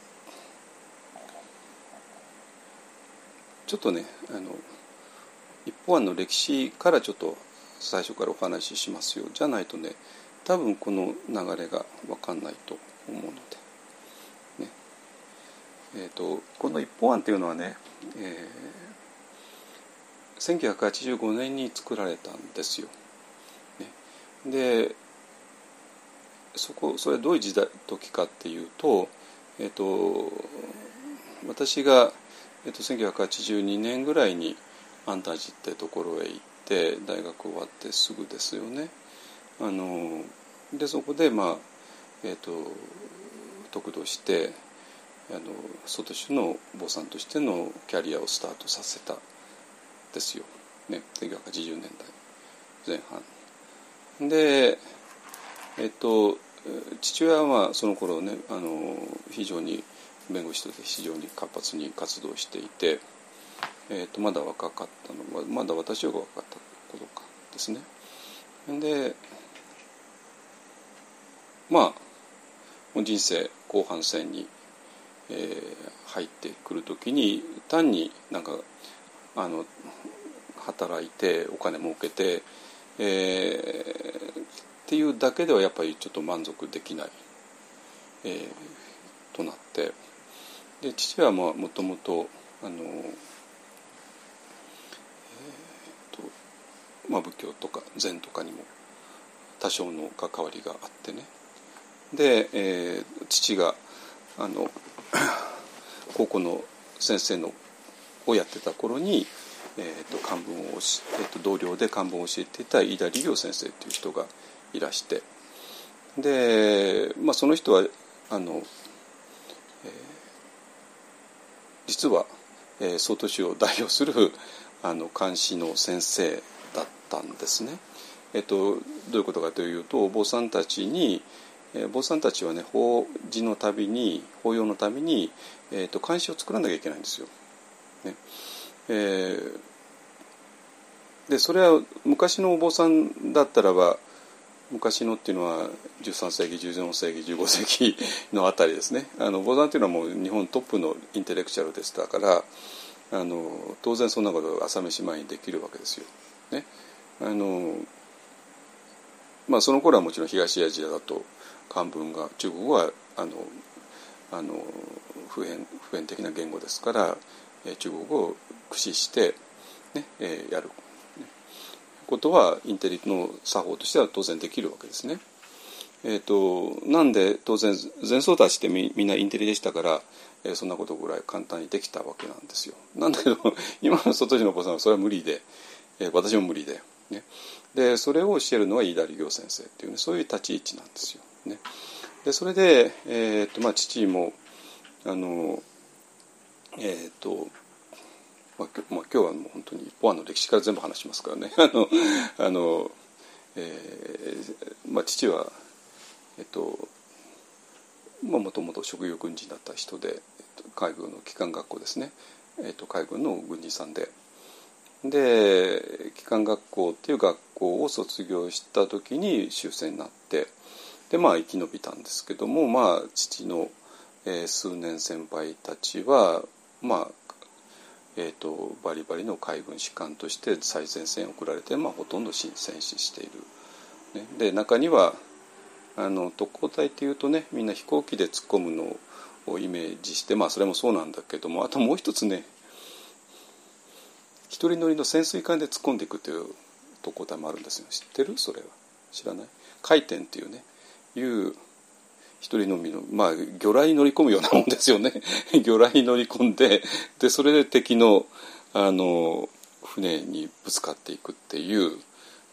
ちょっとねあの一方案の歴史からちょっと最初からお話ししますよ。じゃないとね多分この流れが分かんないと思うので、ねえっと、この一方案っていうのはね、えーせんきゅうひゃくはちじゅうごねんに作られたんですよ。ね、でそこそれはどういう時代時かっていうと、えっと、私が、えっと、せんきゅうひゃくはちじゅうにねんぐらいに安泰寺ってところへ行って大学終わってすぐですよね。あのでそこで、まあえっと、得度してあの外州の坊さんとしてのキャリアをスタートさせたですよ、ね、せんきゅうひゃくはちじゅうねんだいぜん半で、えっと、父親はその頃ねあの非常に弁護士として非常に活発に活動していて、えっと、まだ若かったのはまだ私より若かった頃かですね。でまあ人生後半戦に、えー、入ってくるときに単になんかあの働いてお金儲けて、えー、っていうだけではやっぱりちょっと満足できない、えー、となってで父はもともとあの、えーとまあ、仏教とか禅とかにも多少の関わりがあってねで、えー、父があの高校の先生のをやってた頃に、えー、と漢文を、えー、と同僚で漢文を教えていた飯田理行先生という人がいらしてで、まあ、その人はあの、えー、実は、えー、曹洞宗を代表するあの漢詩の先生だったんですね。えー、とどういうことかというとお坊さんたちにえー、坊さんたちはね法事のたびに法要のたびに、えー、と漢詩を作らなきゃいけないんですよ。ねえー、でそれは昔のお坊さんだったらば昔のっていうのはじゅうさんせいきじゅうよんせいきじゅうごせいきのあたりですね。あのお坊さんっていうのはもう日本トップのインテレクチャルでしたからあの当然そんなことを朝飯前にできるわけですよ。ねあのまあ、その頃はもちろん東アジアだと漢文が中国語はあのあの普遍、普遍的な言語ですから、えー、中国語を駆使して、ねえー、やる、ね、ことはインテリの作法としては当然できるわけですね。えー、となんで当然禅僧たちってみ, みんなインテリでしたから、えー、そんなことぐらい簡単にできたわけなんですよ。なんだけど今の外地のお坊さんはそれは無理で、えー、私も無理で、ね、でそれを教えるのは飯田理行先生っていうねそういう立ち位置なんですよ。ね、でそれで、えーとまあ、父もあの、えーとまあまあ、今日はもう本当に一方案の歴史から全部話しますからねあのあの、えーまあ、父は、えーとまあ、もともと職業軍人だった人で海軍の機関学校ですね、えーと海軍の軍人さんでで機関学校っていう学校を卒業した時に終戦になってでまあ生き延びたんですけども、まあ、父の、えー、数年先輩たちは、まあえー、とバリバリの海軍士官として最前線に送られて、まあ、ほとんど戦死している、ね、で中にはあの特攻隊っていうとねみんな飛行機で突っ込むのをイメージして、まあ、それもそうなんだけどもあともう一つね一人乗りの潜水艦で突っ込んでいくという特攻隊もあるんですよ。知ってる？それは知らない？回転っていうねいう一人のみのまあ魚雷に乗り込むようなもんですよね魚雷に乗り込んででそれで敵のあの船にぶつかっていくっていう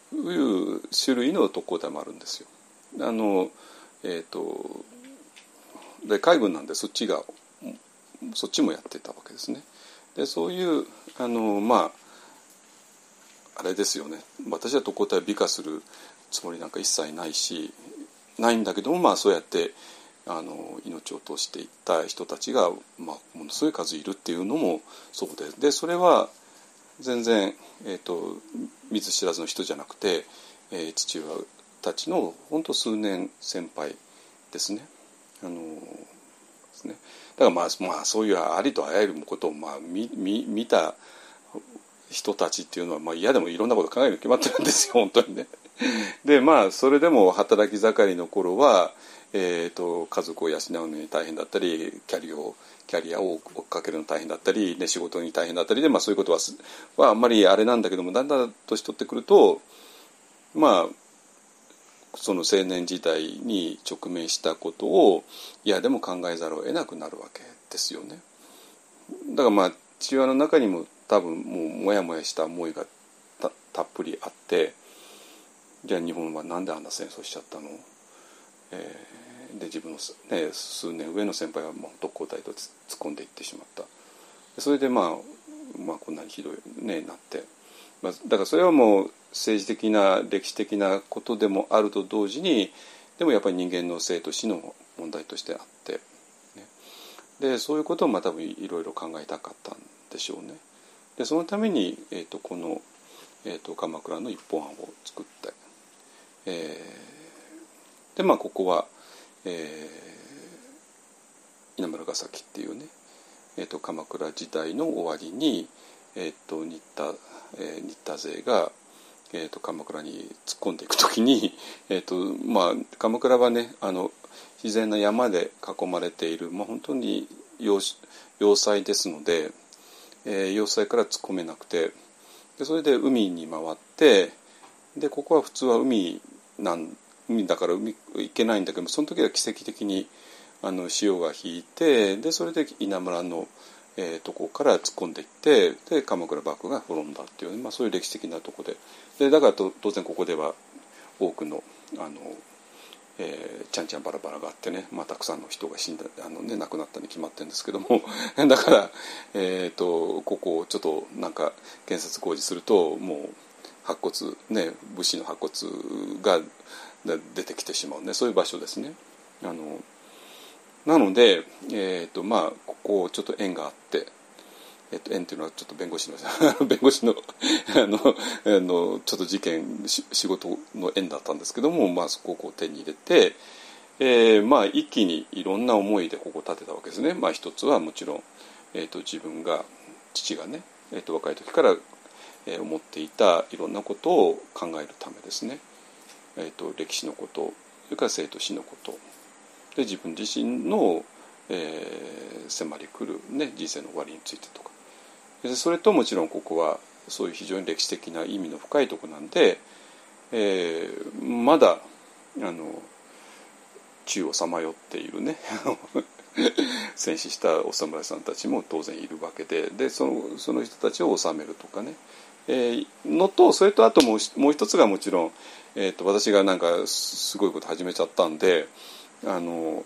いう種類の特攻隊もあるんですよ。あの、えーと、で海軍なんでそっちがそっちもやってたわけですね。でそういうあのまああれですよね。私は特攻隊を美化するつもりなんか一切ないしないんだけども、まあそうやってあの命を落としていった人たちが、まあ、ものすごい数いるっていうのもそうで、でそれは全然、えーと、見ず知らずの人じゃなくて、えー、父親たちの本当数年先輩ですね。あのですね。だからまあ、まあ、そういうありとあらゆることを、まあ、見, 見, 見た人たちっていうのは、まあ、嫌でもいろんなこと考えるに決まってるんですよ本当にね。でまあそれでも働き盛りの頃は、えーと、家族を養うのに大変だったりキャリアをキャリアを追っかけるの大変だったり、ね、仕事に大変だったりで、まあ、そういうことは、はあんまりあれなんだけども、だんだん年取ってくるとまあその青年時代に直面したことをいやでも考えざるを得なくなるわけですよね。だからまあ父親の中にも多分もうモヤモヤした思いが た, たっぷりあって、じゃあ日本はなんであんな戦争しちゃったの、えー、で自分の、ね、数年上の先輩はもう特攻隊と突っ込んでいってしまった。それでまあ、まあ、こんなにひどいねなって、まあ、だからそれはもう政治的な歴史的なことでもあると同時に、でもやっぱり人間の生と死の問題としてあって、ね、でそういうことをまあ多分いろいろ考えたかったんでしょうね。でそのために、えー、とこの、えー、と鎌倉の一本案を作って、えー、でまあここは、えー、稲村ヶ崎っていうね、えー、と鎌倉時代の終わりに、えー、と新田、えー、新田勢が、えー、と鎌倉に突っ込んでいくときに、えーとまあ、鎌倉はねあの自然な山で囲まれている、まあ、本当に要要塞ですので、えー、要塞から突っ込めなくて、でそれで海に回って、でここは普通は海なん海だから海行けないんだけども、その時は奇跡的にあの潮が引いて、でそれで稲村の、えー、とこから突っ込んでいって、で鎌倉幕府が滅んだっていう、まあ、そういう歴史的なところで、でだからと当然ここでは多くのあの、えー、ちゃんちゃんバラバラがあってね、まあ、たくさんの人が死んだあの、ね、亡くなったに決まってるんですけどもだから、えー、とここをちょっとなんか建設工事するともう白骨、ね、武士の白骨が出てきてしまうね、そういう場所ですね。あのなので、えーとまあ、ここちょっと縁があって、えー、と縁というのはちょっと弁護士の弁護士のあのあのちょっと事件仕事の縁だったんですけども、まあ、そこをこう手に入れて、えーまあ、一気にいろんな思いでここを建てたわけですね。まあ、一つはもちろん、えー、と自分が父がね、えー、と若い時から思っていたいろんなことを考えるためですね、えー、と歴史のこと、それから生と死のことで、自分自身の、えー、迫り来る、ね、人生の終わりについてとか、でそれともちろんここはそういう非常に歴史的な意味の深いところなんで、えー、まだあの宙をさまよっているね戦死したお侍さんたちも当然いるわけで、でその、その人たちを治めるとかね、えー、のと、それとあともう、もう一つがもちろん、えー、と私がなんかすごいこと始めちゃったんで、あの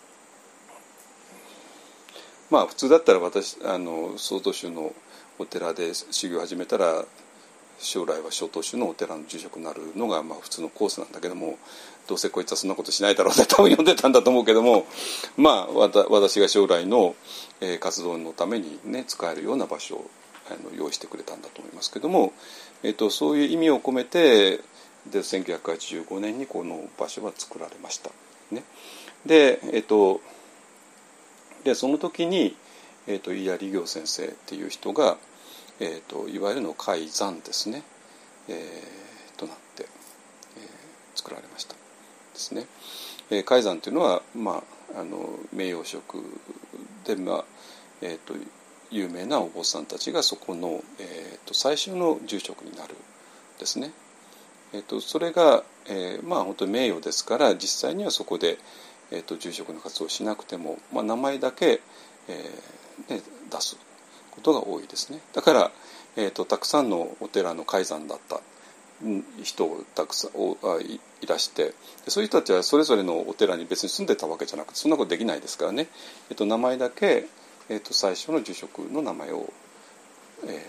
まあ普通だったら私あの曹洞宗のお寺で修行を始めたら将来は曹洞宗のお寺の住職になるのがまあ普通のコースなんだけども、どうせこいつはそんなことしないだろうって多分読んでたんだと思うけども、まあ私が将来の活動のためにね使えるような場所をあの用意してくれたんだと思いますけども、えっと、そういう意味を込めてでせんきゅうひゃくはちじゅうごねんにこの場所は作られましたね。で、えっと、でその時に、えっと、伊谷利行先生っていう人が、えっと、いわゆるの海山ですね、えー、となって、えー、作られましたですね。えー、海山というのは、まあ、あの名誉職で、まあえー、と有名なお坊さんたちがそこの、えー、と最初の住職になるですね。えー、とそれが、えー、まあ本当に名誉ですから、実際にはそこでえー、と住職の活動をしなくても、まあ、名前だけ、えーね、出すことが多いですね。だから、えー、とたくさんのお寺の開山だった、 人をたくさんおあ い, いらして、でそういう人たちはそれぞれのお寺に別に住んでたわけじゃなくて、そんなことできないですからね、えっと、名前だけ、えっと、最初の住職の名前を、えー、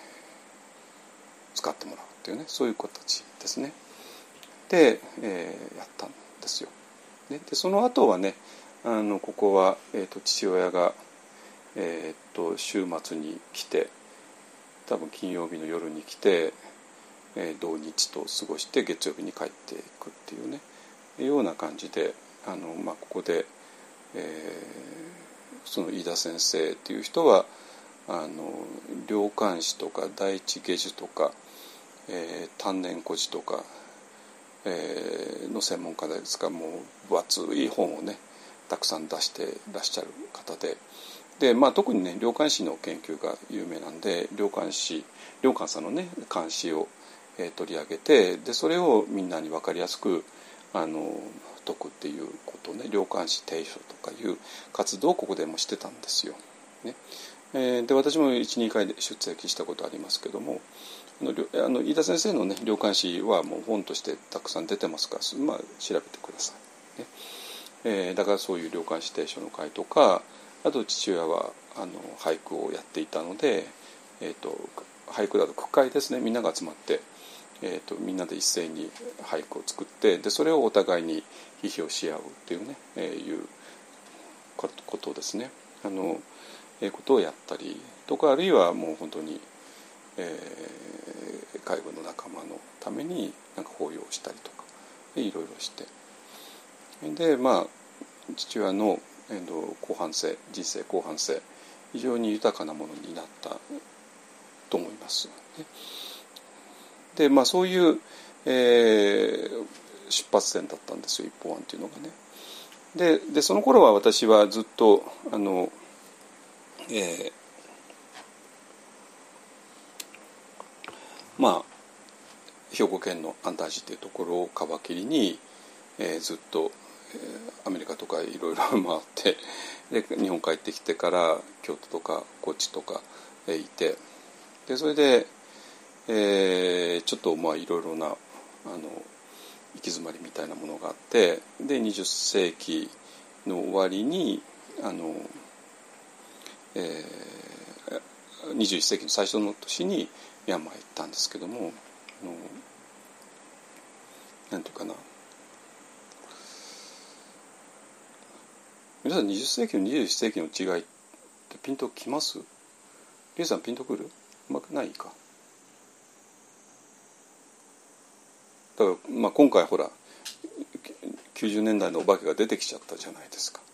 使ってもらうっていうね、そういう子たちですね。で、えー、やったんですよ。で, でその後はね、あのここは、えー、と父親が、えー、と週末に来て、多分金曜日の夜に来て、えー、土日と過ごして月曜日に帰っていくっていうね、ような感じで、あの、まあ、ここで、えー、その飯田先生っていう人はあの良寛師とか第一下樹とか、えー、丹念古事とか、えー、の専門家ですが、もう分厚い本をねたくさん出してらっしゃる方で、で、まあ、特にね良寛師の研究が有名なんで、良寛師良寛さんのね監視を、えー、取り上げて、でそれをみんなに分かりやすくあの解くっていうことをね、良寛師提書とかいう活動をここでもしてたんですよ、ね。えー、で私も いち,に 回で出席したことありますけども、あのあの飯田先生のね良寛師はもう本としてたくさん出てますから、まあ、調べてください、ね。えー、だからそういう良寛師提書の会とか、あと父親はあの俳句をやっていたので、えー、と俳句だと句会ですね、みんなが集まって、えー、とみんなで一斉に俳句を作って、でそれをお互いに批評し合うっていうね、えー、いうことですね。あの、えー、ことをやったりとか、あるいはもう本当に、えー、介護の仲間のためになんか法要をしたりとかでいろいろして、でまあ父親の、えー、と後半生人生後半生非常に豊かなものになったと思います、ね。でまあそういう、えー、出発点だったんですよ、一方案というのがね。で, でその頃は私はずっとあの、えー、まあ兵庫県の安泰寺というところを皮切りに、えー、ずっと、えー、アメリカとかいろいろ回って、で日本帰ってきてから京都とか高知とか、えー、いて、でそれで、えー、ちょっとまあいろいろなあの行き詰まりみたいなものがあって、でにじゅっ世紀の終わりにあの、えー、にじゅういっ世紀の最初の年にミャンマーへ行ったんですけども、あのなんていうかな、皆さんにじゅっ世紀のにじゅういっ世紀の違いってピンときます？リエさんピンとくる？うまくないか。だから、まあ、今回ほらきゅうじゅうねんだいのお化けが出てきちゃったじゃないですか。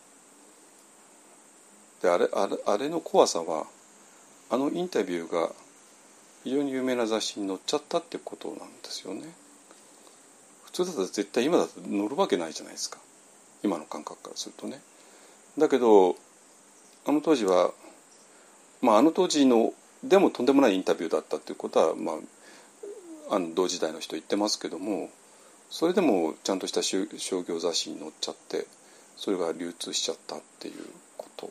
であれ、あれ、あれの怖さは、あのインタビューが非常に有名な雑誌に載っちゃったってことなんですよね。普通だったら絶対今だと載るわけないじゃないですか、今の感覚からするとね。だけどあの当時は、まあ、あの当時のでもとんでもないインタビューだったっていうことは、まあ、あの同時代の人言ってますけども、それでもちゃんとした商業雑誌に載っちゃって、それが流通しちゃったっていうこと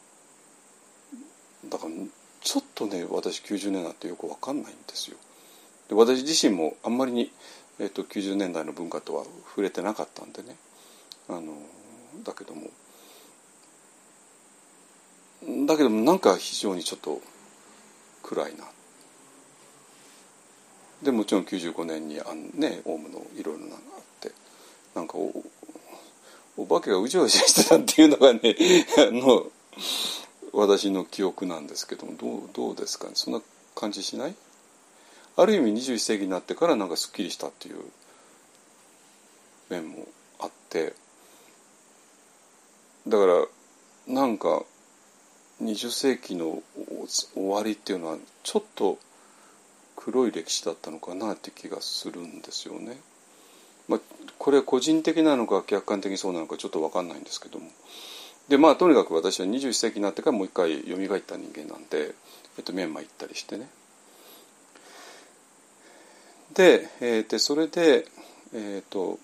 だから、ちょっとね私きゅうじゅうねんだいってよく分かんないんですよ。で私自身もあんまりに、えー、ときゅうじゅうねんだいの文化とは触れてなかったんでね、あのだけどもだけどもなんか非常にちょっと暗いな。でもちろんきゅうじゅうごねんにあん、ね、オウムのいろいろなのがあって、なんか お, お化けがうじゃうじゃしてたっていうのがねあの私の記憶なんですけども、どう、どうですかね、そんな感じしない？ある意味にじゅういっ世紀になってからなんかすっきりしたっていう面もあって、だからなんかにじゅっ世紀の終わりっていうのはちょっと黒い歴史だったのかなって気がするんですよね。まあ、これは個人的なのか客観的にそうなのかちょっと分かんないんですけども、でまあとにかく私はにじゅういっ世紀になってからもう一回蘇った人間なんで、えっと、ミャンマー行ったりしてね。で、えー、でそれで、えー、と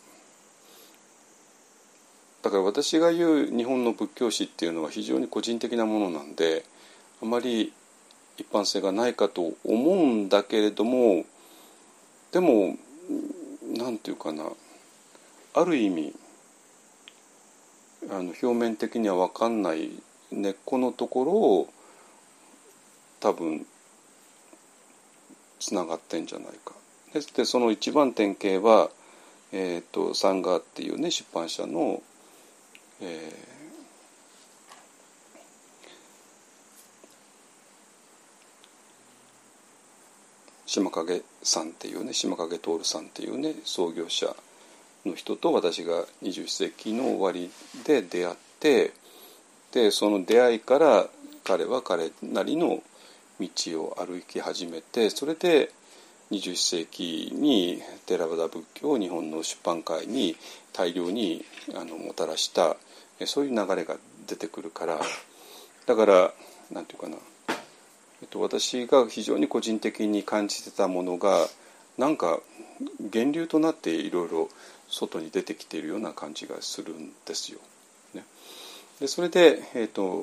だから私が言う日本の仏教史っていうのは非常に個人的なものなんで、あまり一般性がないかと思うんだけれども、 でもなんていうかな、ある意味あの表面的には分かんない根っこのところを多分つながってんじゃないか。で, でその一番典型は、えー、とサンガーっていうね出版社の、えー島影さんっていうね島影徹さんっていうね創業者の人と私がにじゅっ世紀の終わりで出会って、でその出会いから彼は彼なりの道を歩き始めて、それでにじゅっ世紀にテラバダ仏教を日本の出版界に大量にあのもたらしたそういう流れが出てくるから、だからなんていうかな、えっと、私が非常に個人的に感じてたものがなんか源流となっていろいろ外に出てきているような感じがするんですよ。ね、でそれで、えっと、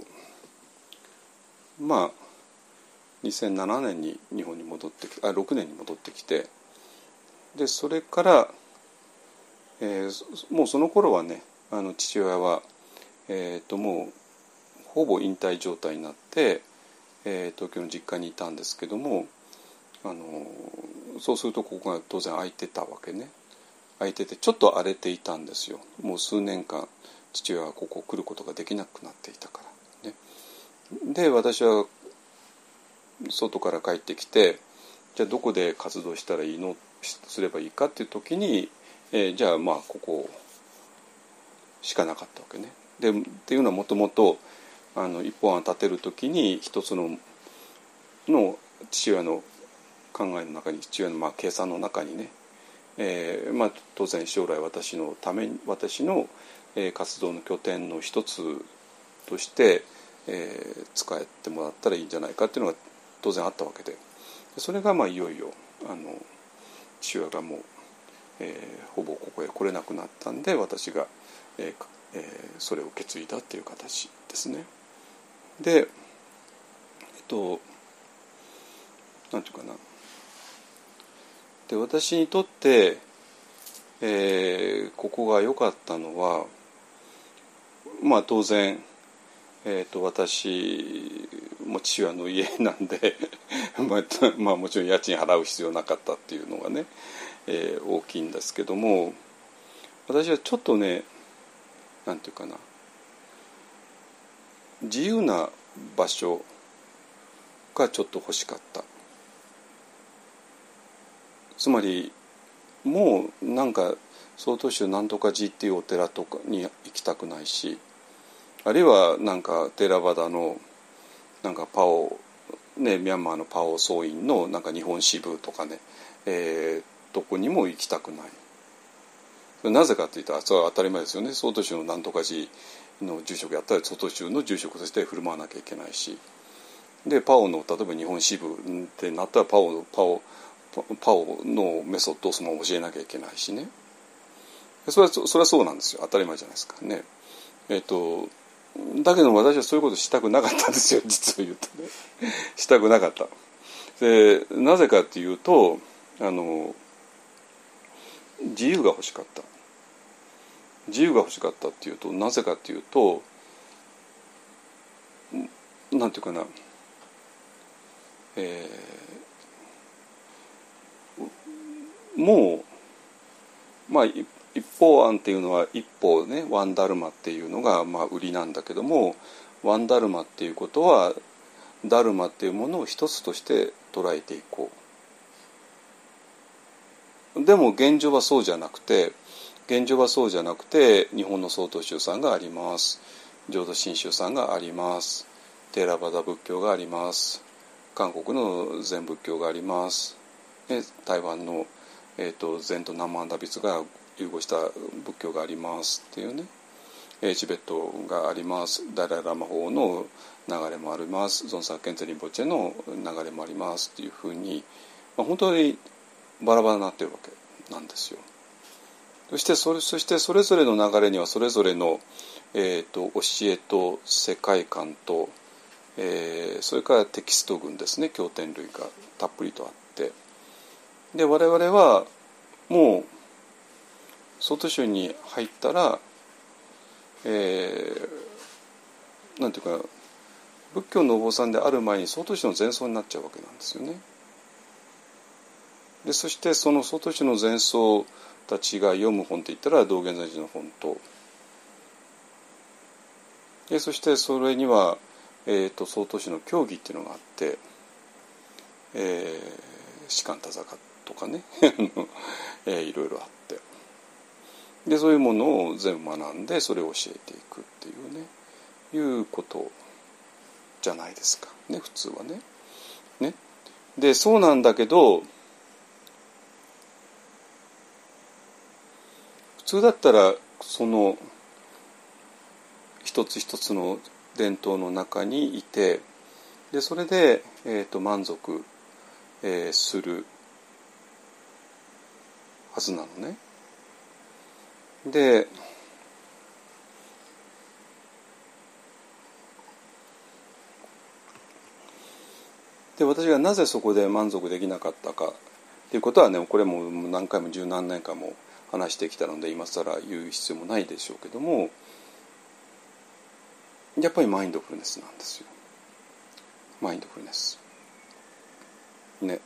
まあにせんななねんに日本に戻ってきあろくねんに戻ってきて、でそれから、えー、もうその頃はねあの父親は、えー、ともうほぼ引退状態になって、えー、東京の実家にいたんですけども、あのそうするとここが当然空いてたわけね。空いててちょっと荒れていたんですよ。もう数年間父親はここ来ることができなくなっていたから、ね、で私は外から帰ってきて、じゃあどこで活動したらいいのすればいいかっていう時に、えー、じゃあまあここしかなかったわけね。でっていうのはもともとあの一本案立てる時に一つのの父親の考えの中に父親のまあ計算の中にね、えーまあ、当然将来私のために私の、えー、活動の拠点の一つとして、えー、使ってもらったらいいんじゃないかっていうのが当然あったわけで、それがまあいよいよあの父親がもう、えー、ほぼここへ来れなくなったんで私が、えーえー、それを受け継いだっていう形ですね。でえっとなんていうかな、で私にとって、えー、ここが良かったのは、まあ当然、えー、と私も父親の家なんでまあ、まあもちろん家賃払う必要なかったっていうのがね、えー、大きいんですけども、私はちょっとねなんていうかな、自由な場所がちょっと欲しかった。つまりもうなんか曹洞宗なんとか寺っていうお寺とかに行きたくないし、あるいはなんかテラバダのなんかパオ、ね、ミャンマーのパオ僧院のなんか日本支部とかね、えー、どこにも行きたくない。なぜかって言ったらそれは当たり前ですよね。曹洞宗のなんとか寺の住職やったら曹洞宗の住職として振る舞わなきゃいけないし、でパオの例えば日本支部ってなったらパオパオパオのメソッドをそのまま教えなきゃいけないしね。それはそれはそうなんですよ。当たり前じゃないですかね。えっとだけど私はそういうことしたくなかったんですよ、実を言うとね。したくなかった。でなぜかっていうとあの自由が欲しかった。自由が欲しかったっていうとなぜかっていうとなんていうかな、えー、もうまあ一方案っていうのは一方ねワンダルマっていうのがまあ売りなんだけども、ワンダルマっていうことはダルマっていうものを一つとして捉えていこう。でも現状はそうじゃなくて現状はそうじゃなくて日本の曹洞宗さんがあります、浄土真宗さんがあります、テーラバダ仏教があります、韓国の禅仏教があります、台湾の、えー、と禅と南蛮陀仏が融合した仏教がありますっていうね、チベットがあります、ダライラマ法の流れもあります、ゾンサーケンツェリンポチェの流れもありますっていうふうに、まあ、本当にバラバラになってるわけなんですよ。そしてそれ、そしてそれぞれの流れにはそれぞれの、えー、と教えと世界観と、えー、それからテキスト群ですね、経典類がたっぷりとあって、 で我々はもう外宗に入ったら、えー、なんていうか仏教のお坊さんである前に外宗の前僧になっちゃうわけなんですよね。でそしてその外宗の前僧たちが読む本って言ったら道元禅師の本と、でそしてそれには、えー、と外宗の教義っていうのがあって、えー、士官多坂とかね、えー、いろいろあって、でそういうものを全部学んでそれを教えていくっていうねいうことじゃないですかね、普通はね。ねでそうなんだけど、普通だったらその一つ一つの伝統の中にいて、でそれで、えー、と満足、えー、するはずなのね。でで私がなぜそこで満足できなかったかっていうことはね、これも何回も十何年間も話してきたので今更言う必要もないでしょうけども、やっぱりマインドフルネスなんですよ。マインドフルネスね。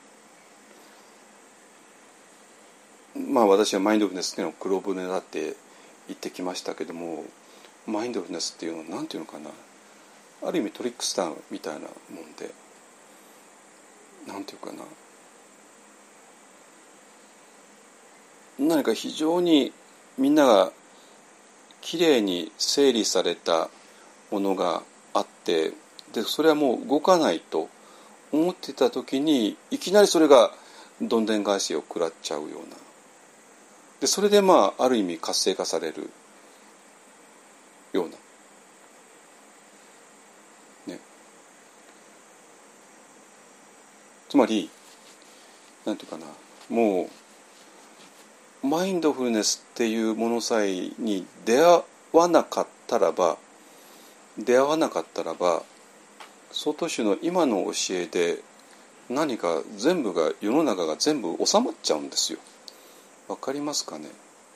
まあ私はマインドフルネスっていうのを黒船だって言ってきましたけども、マインドフルネスっていうのは何ていうのかな、ある意味トリックスターみたいなもんで、なんていうかな、何か非常にみんながきれいに整理されたものがあって、でそれはもう動かないと思ってた時にいきなりそれがどんでん返しを食らっちゃうような、でそれでまあある意味活性化されるようなね。つまりなんていうかな、もうマインドフルネスっていうものさえに出会わなかったらば出会わなかったらば外宗の今の教えで何か全部が世の中が全部収まっちゃうんですよ。わかりますかね。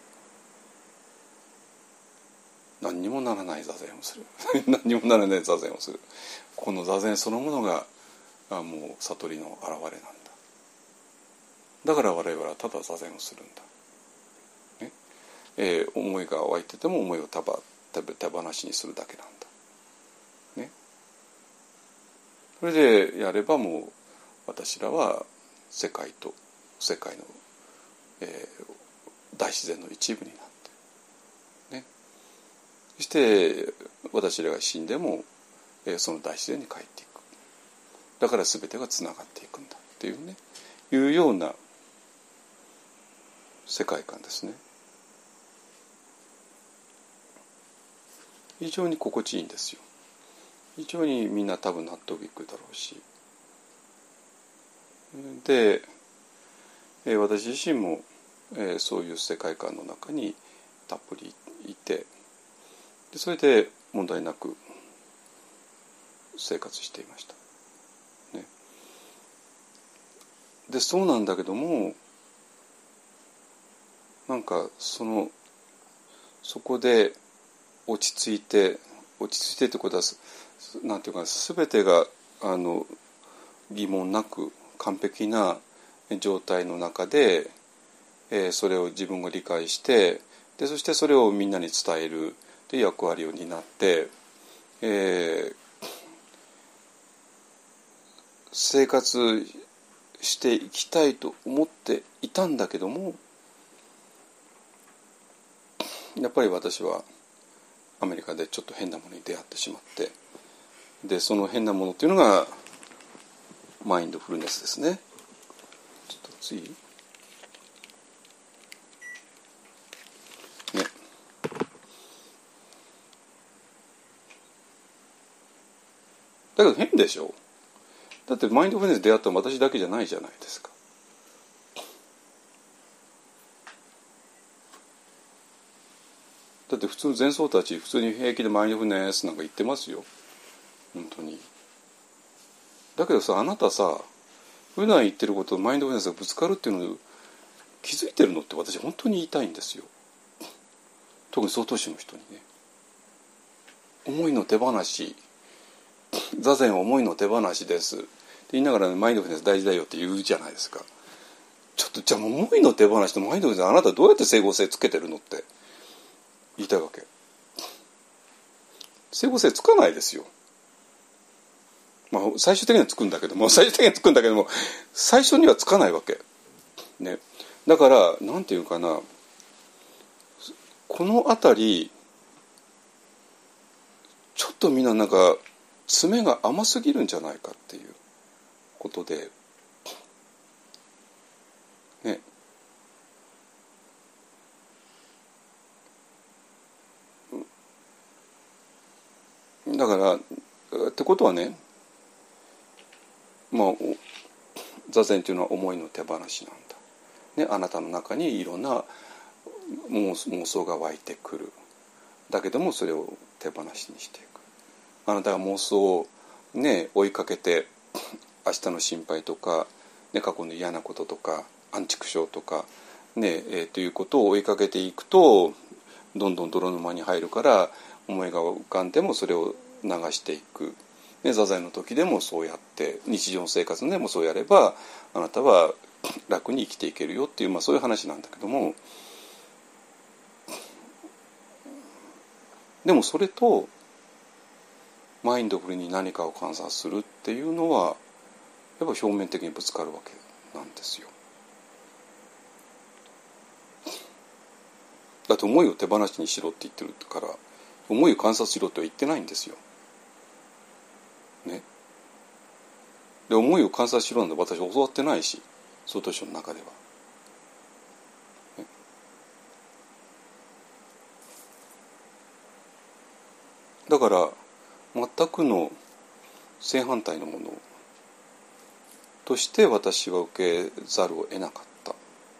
何にもならない座禅をする何にもならない座禅をする、この座禅そのものがもう悟りの現れなんだ。だから我々はただ座禅をするんだ、ねえー、思いが湧いてても思いを手ば手放しにするだけなんだ、ね、それでやればもう私らは世界と世界の、えー、大自然の一部になって、ね、そして私らが死んでも、えー、その大自然に帰っていく。だから全てがつながっていくんだっていうね、いうような世界観ですね。非常に心地いいんですよ。非常にみんな多分納得いくだろうし、で、えー、私自身も、えー、そういう世界観の中にたっぷりいて、でそれで問題なく生活していました、ね、でそうなんだけども、なんかそのそこで落ち着いて落ち着いてってことはなんていうか全てがあの疑問なく完璧な状態の中で、えー、それを自分が理解して、でそしてそれをみんなに伝えるという役割を担って、えー、生活していきたいと思っていたんだけども、やっぱり私はアメリカでちょっと変なものに出会ってしまって、でその変なものっていうのがマインドフルネスですね。ちょっと次ね、だけど変でしょ。だってマインドフルネス出会ったの私だけじゃないじゃないですか。だって普通の前僧たち普通に平気でマインドフルネスなんか言ってますよ、本当に。だけどさ、あなたさ普段言ってることとマインドフルネスがぶつかるっていうのを気づいてるのって私本当に言いたいんですよ。特に曹洞宗の人にね。思いの手放し、座禅は思いの手放しですって言いながら、ね、マインドフルネス大事だよって言うじゃないですか。ちょっとじゃあ思いの手放しとマインドフルネスあなたどうやって整合性つけてるのって言いたいわけ。整合性つかないですよ。まあ最終的にはつくんだけども最終的にはつくんだけども最初にはつかないわけね。だからなんていうかな、このあたりちょっとみんななんか詰めが甘すぎるんじゃないかっていうことでね。だからってことはね、まあ座禅というのは思いの手放しなんだ、ね、あなたの中にいろんな妄想が湧いてくる。だけどもそれを手放しにしていく。あなたが妄想を、ね、追いかけて明日の心配とか、ね、過去の嫌なこととか安畜生とか、ねえー、ということを追いかけていくとどんどん泥沼に入るから、思いが浮かんでもそれを流していく、ね、座禅の時でもそうやって、日常生活でもそうやればあなたは楽に生きていけるよっていう、まあ、そういう話なんだけども、でもそれとマインドフルに何かを観察するっていうのはやっぱ表面的にぶつかるわけなんですよ。だって思いを手放しにしろって言ってるから思いを観察しろとは言ってないんですよ。ね。で思いを観察しろなんて私教わってないし、曹洞宗の中では。ね、だから全くの正反対のものとして私は受けざるを得なかった。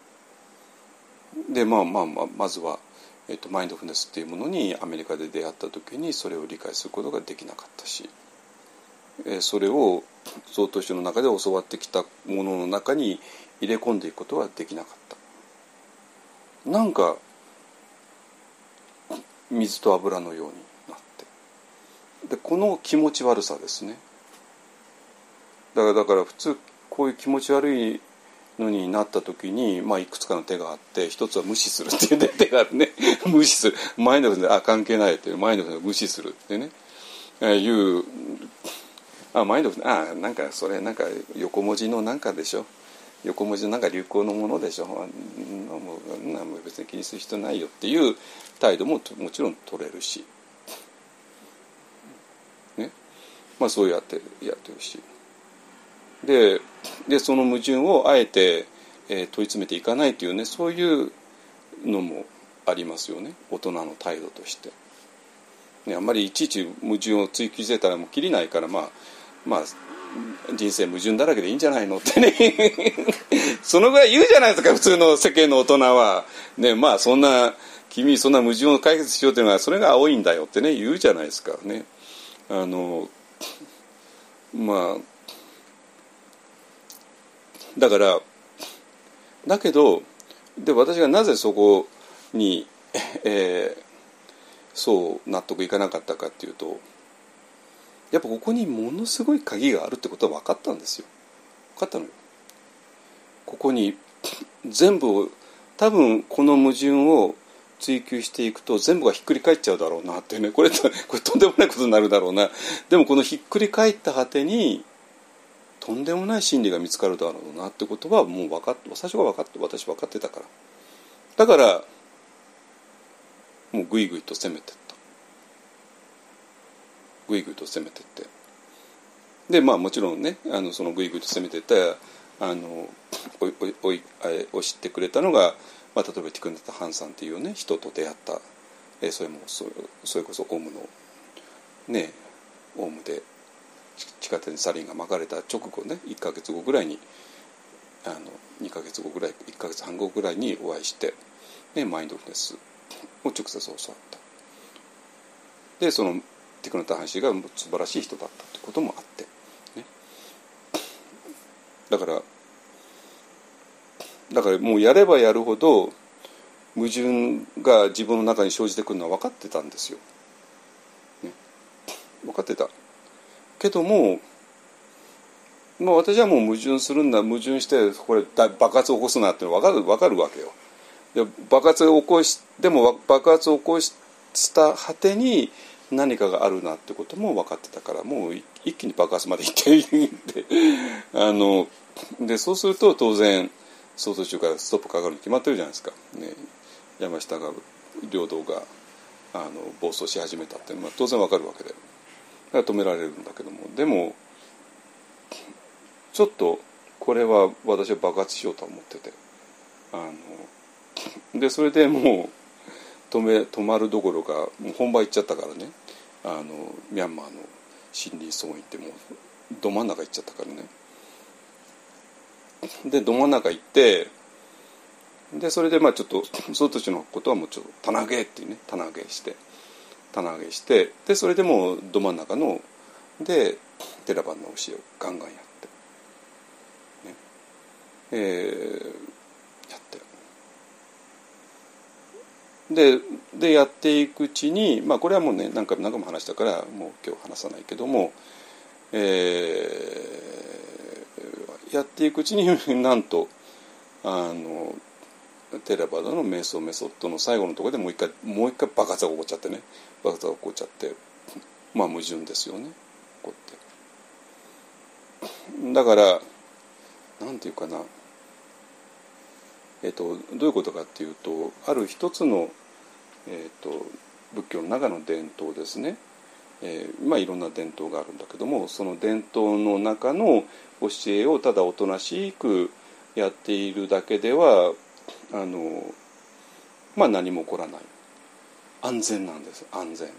でまあまあまあまずは、えーと、マインドフルネスっていうものにアメリカで出会った時にそれを理解することができなかったし、えー、それを曹洞宗の中で教わってきたものの中に入れ込んでいくことはできなかった。なんか水と油のようになって、でこの気持ち悪さですね。だからだから普通こういう気持ち悪いのになった時に、まあ、いくつかの手があって、一つは無視するっていう手があるね無視する、マインドフルネスであ関係ないという、マインドフルネス無視するってね、えー、いうあマインドフルネスあなんかそれなんか横文字のなんかでしょ、横文字のなんか流行のものでしょ、もう別に気にする必要ないよっていう態度ももちろん取れるし、ね、まあそうやってやってるし。で, でその矛盾をあえて、えー、問い詰めていかないというね、そういうのもありますよね、大人の態度として、ね、あんまりいちいち矛盾を追求してたらもうきりないから、まあまあ人生矛盾だらけでいいんじゃないのってねそのぐらい言うじゃないですか普通の世間の大人は、ね、まあそんな君そんな矛盾を解決しようというのはそれが青いんだよってね言うじゃないですかね。あのまあだからだけどで私がなぜそこに、えー、そう納得いかなかったかっていうと、やっぱここにものすごい鍵があるってことは分かったんですよ。分かったのよ。ここに全部多分この矛盾を追求していくと全部がひっくり返っちゃうだろうなっていうね、これこれとんでもないことになるだろうな。でもこのひっくり返った果てにとんでもない真理が見つかるだろうなってことはもう分かって、最初が分かって私分かってたから、だからもうグイグイと攻めてったグイグイと攻めてってでまあもちろんね、あのそのグイグイと攻めてったあのおいおいお知ってくれたのが、まあ、例えばティクナタ・ハンさんっていうね人と出会った、えー、それもそそれこそオウムのねオウムで地下鉄にサリンがまかれた直後ね、いっかげつごぐらいにあのにかげつごぐらいいっかげつはん後ぐらいにお会いして、ね、マインドフルネスを直接教わった。でそのティクナタ・ハン氏が素晴らしい人だったということもあって、ね、 だからだからもうやればやるほど矛盾が自分の中に生じてくるのは分かってたんですよ、ね、分かってたけども、まあ、私はもう矛盾するんだ矛盾してこれ爆発を起こすなって分かる、分かるわけよ。で爆発を起こしでも爆発を起こした果てに何かがあるなってことも分かってたから、もう一気に爆発まで行っていってあのでそうすると当然総統中からストップかかるに決まってるじゃないですか、ね、山下が領土があの暴走し始めたって、まあ、当然分かるわけで、だから止められるんだけども、でもちょっとこれは私は爆発しようと思ってて、あのでそれでもう止め止まるどころかもう本場行っちゃったからね、あのミャンマーの森林村行ってもうど真ん中行っちゃったからね。でど真ん中行ってでそれでまあちょっとその年のことはもうちょっと棚上げっていうね棚上げして棚上げしてでそれでもうど真ん中のでテラバンの教えをガンガンやってねえー、やってででやっていくうちにまあこれはもうね何回も何回も話したからもう今日話さないけども、えーやっていくうちになんとあのテラバダの瞑想メソッドの最後のところでもう一回もう一回爆発が起こっちゃってね爆発が起こっちゃってまあ矛盾ですよねこうやってだからなんていうかなえっとどういうことかっていうとある一つの、えっと、仏教の中の伝統ですね、えー、まあいろんな伝統があるんだけどもその伝統の中の教えをただおとなしくやっているだけではあのまあ何も起こらない安全なんです安全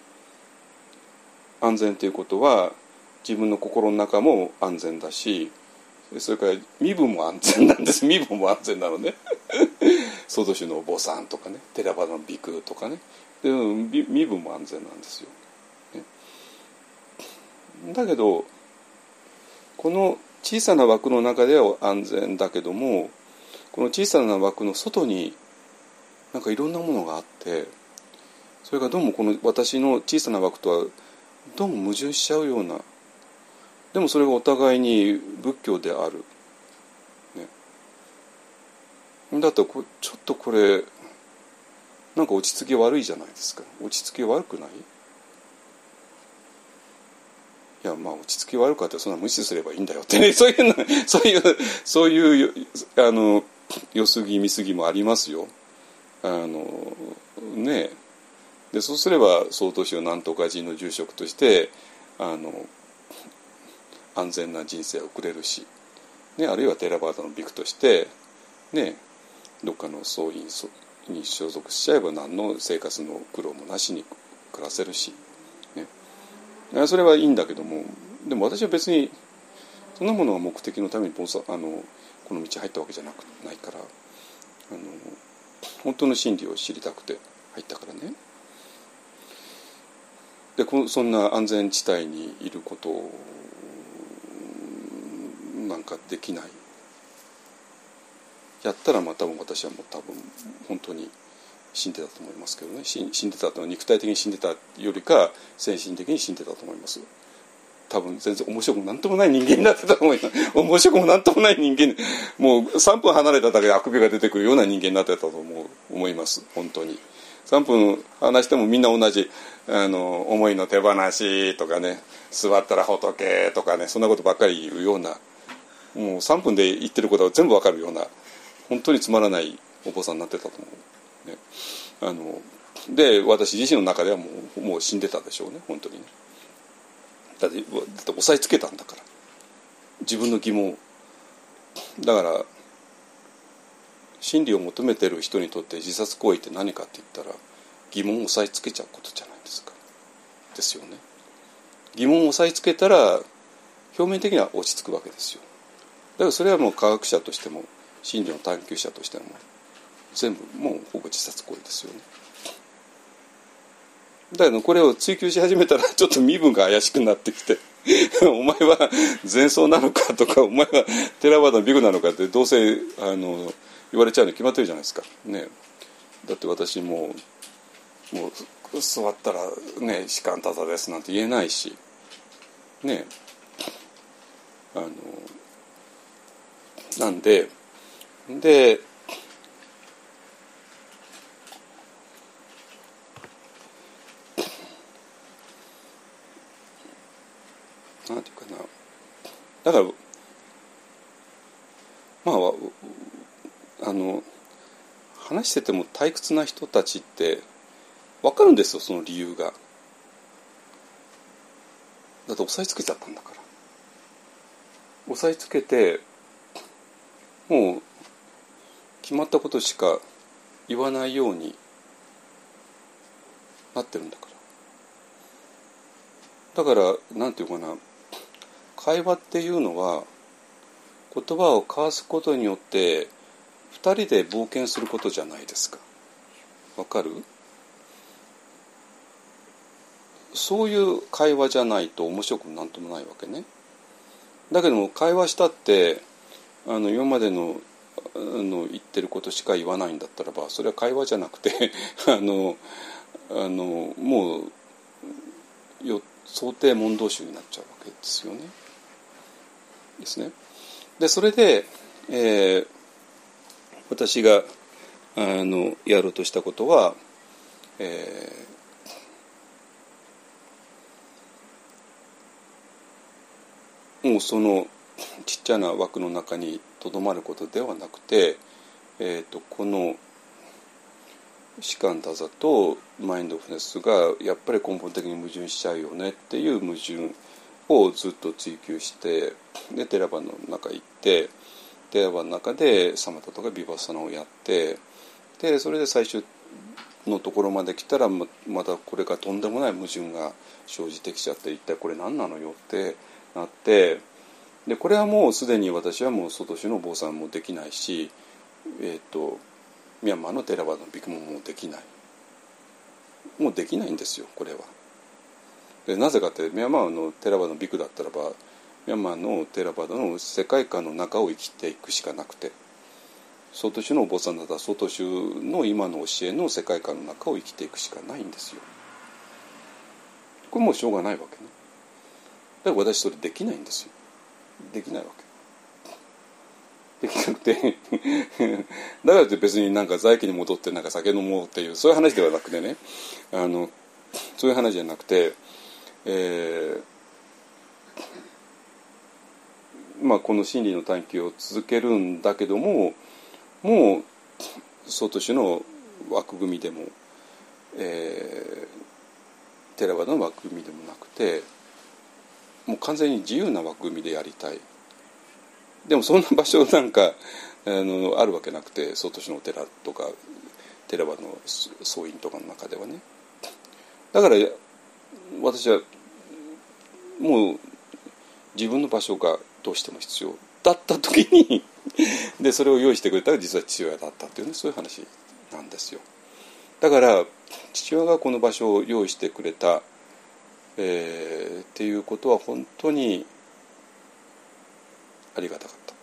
安全ということは自分の心の中も安全だしそれから身分も安全なんです身分も安全なのね総統宗のお坊さんとかねテラバダのビクとかねで身分も安全なんですよ、ね、だけどこの小さな枠の中では安全だけどもこの小さな枠の外になんかいろんなものがあってそれがどうもこの私の小さな枠とはどうも矛盾しちゃうようなでもそれがお互いに仏教である、ね、だとこちょっとこれなんか落ち着き悪いじゃないですか落ち着き悪くないいやまあ落ち着き悪かったらそんな無視すればいいんだよってねそういうのそういうそういうあの良すぎ見すぎもありますよあのねでそうすれば総統宗なんとか人の住職としてあの安全な人生を送れるし、ね、あるいはテラバーダのビクとして、ね、どっかの僧院に所属しちゃえば何の生活の苦労もなしに暮らせるし、ね、それはいいんだけどもでも私は別にそんなものが目的のためにあのこの道入ったわけじゃなくないからあの本当の真理を知りたくて入ったからねでこそんな安全地帯にいることをなんかできないやったらまあ多分私はもう多分本当に死んでたと思いますけどね死んでたとは肉体的に死んでたよりか精神的に死んでたと思います多分全然面白くもなんともない人間になってたと思います面白くもなんともない人間もうさんぷん離れただけであくびが出てくるような人間になってたと思う思います本当にさんぷん話してもみんな同じあの思いの手放しとかね座ったら仏とかねそんなことばっかり言うようなもうさんぷんで言ってることは全部わかるような本当につまらないお坊さんになってたと思う、ね、あので私自身の中ではもう、もう死んでたでしょうね本当にねだって、だって押さえつけたんだから自分の疑問だから真理を求めてる人にとって自殺行為って何かって言ったら疑問を押さえつけちゃうことじゃないですかですよね疑問を押さえつけたら表面的には落ち着くわけですよだからそれはもう科学者としても真理の探求者としても全部もうほぼ自殺行為ですよねだけどこれを追求し始めたらちょっと身分が怪しくなってきてお前は前奏なのかとか、お前はテラバーダのビグなのかってどうせあの言われちゃうに決まってるじゃないですか、ね、だって私ももう座ったらね士官多々ですなんて言えないしね、あのなんででなんていうかな、だからまああの話してても退屈な人たちって分かるんですよ、その理由が。だって押さえつけちゃったんだから、押さえつけてもう決まったことしか言わないようになってるんだから。だからなんていうかな、会話っていうのは言葉を交わすことによってふたりで冒険することじゃないですか。わかる？そういう会話じゃないと面白くなんともないわけね。だけども会話したってあの今までのあの言ってることしか言わないんだったらば、それは会話じゃなくてあのあのもうよ想定問答集になっちゃうわけですよね。ですね。でそれで、えー、私があのやろうとしたことは、えー、もうそのちっちゃな枠の中にとどまることではなくて、えーと、この士官多座とマインドフルネスがやっぱり根本的に矛盾しちゃうよねっていう矛盾をずっと追求して、でテラバの中行って、テラバの中でサマタとかビパッサナをやって、でそれで最終のところまで来たら ま, またこれがとんでもない矛盾が生じてきちゃって、一体これ何なのよってなって、でこれはもうすでに私はもう外州のお坊さんもできないし、えーとミャンマーのテラバのビクももうできない、もうできないんですよこれは。でなぜかってミャンマーのテラバのビクだったらばミャンマーのテラバの世界観の中を生きていくしかなくて、外州のお坊さんだったら外州の今の教えの世界観の中を生きていくしかないんですよ。これもうしょうがないわけね。だから私それできないんですよ。できないわけできなくてだからって別になんか在家に戻ってなんか酒飲もうっていうそういう話ではなくてね、あのそういう話じゃなくて、えー、まあこの真理の探求を続けるんだけども、もう外州の枠組みでも、えー、テラバの枠組みでもなくて、もう完全に自由な枠組みでやりたい。でもそんな場所なんか あのあるわけなくて、外州の寺とかテラバの僧院とかの中ではね。だから私はもう自分の場所がどうしても必要だった時にでそれを用意してくれたら実は父親だったっていうね、そういう話なんですよ。だから父親がこの場所を用意してくれた、えー、っていうことは本当にありがたかった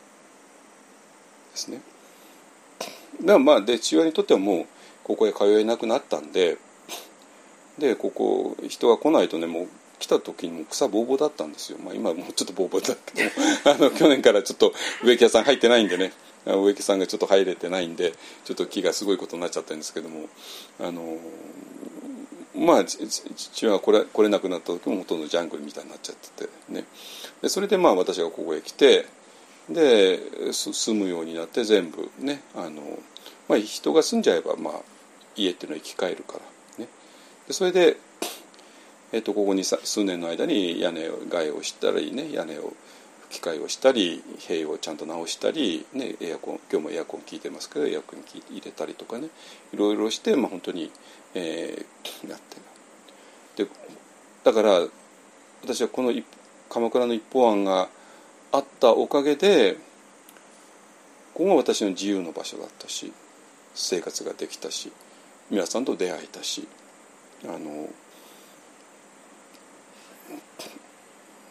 ですね。だからまあで父親にとってはもうここへ通えなくなったんで、でここ人が来ないとね、もう来た時にも草ぼうぼうだったんですよ。まあ今はもうちょっとぼうぼうだけどあの去年からちょっと植木屋さん入ってないんでね、植木さんがちょっと入れてないんでちょっと木がすごいことになっちゃったんですけども、あのまあ父親が来れ、来れなくなった時もほとんどジャングルみたいになっちゃっててね。でそれでまあ私がここへ来て、で住むようになって全部ね、あの、まあ、人が住んじゃえばまあ家っていうのは生き返るからね。でそれで、えっと、ここに数年の間に屋根を替えをしたりね、屋根を吹き替えをしたり、塀をちゃんと直したり、ね、エアコン今日もエアコン効いてますけどエアコン入れたりとかね、いろいろして、まあ、本当に、えー、やってる。でだから私はこの鎌倉の一方案があったおかげで、ここが私の自由の場所だったし、生活ができたし、皆さんと出会えたし、あの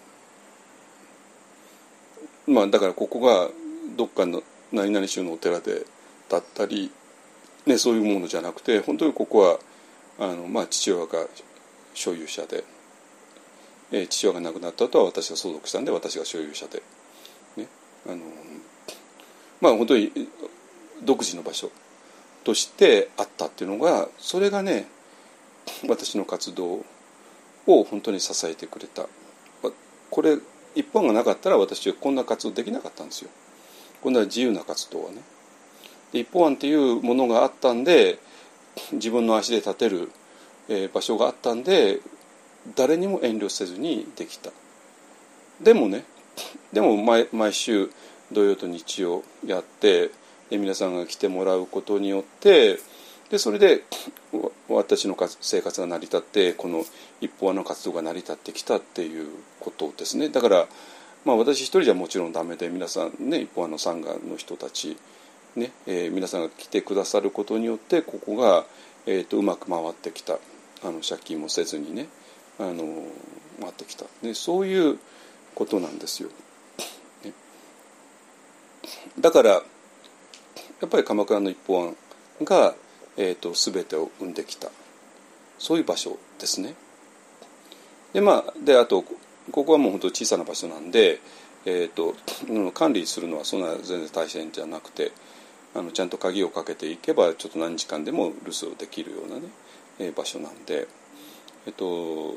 まあだからここがどっかの何々宗のお寺でだったり、ね、そういうものじゃなくて、本当にここはあの、まあ、父親が所有者で、えー、父親が亡くなった後は私が相続したんで私が所有者で、ね、あのまあ本当に独自の場所としてあったっていうのが、それがね私の活動を本当に支えてくれた。これ一本がなかったら私はこんな活動できなかったんですよ。こんな自由な活動はね。で一本案っていうものがあったんで、自分の足で立てる、えー、場所があったんで、誰にも遠慮せずにできた。でもね、でも 毎, 毎週土曜と日曜やって、で皆さんが来てもらうことによって、でそれで私の生活が成り立って、この一本案の活動が成り立ってきたっていうことですね。だから、まあ、私一人じゃもちろんダメで、皆さんね、一本案のサンガの人たちね、えー、皆さんが来てくださることによって、ここが、えー、とうまく回ってきた。あの借金もせずにね、あの回ってきた、ね、そういうことなんですよ、ね、だからやっぱり鎌倉の一本案が、えー、と全てを生んできた、そういう場所ですね。でまあであとここはもう本当小さな場所なんで、えー、と管理するのはそんな全然大変じゃなくて、あのちゃんと鍵をかけていけばちょっと何時間でも留守できるようなね、えー、場所なんで、えっと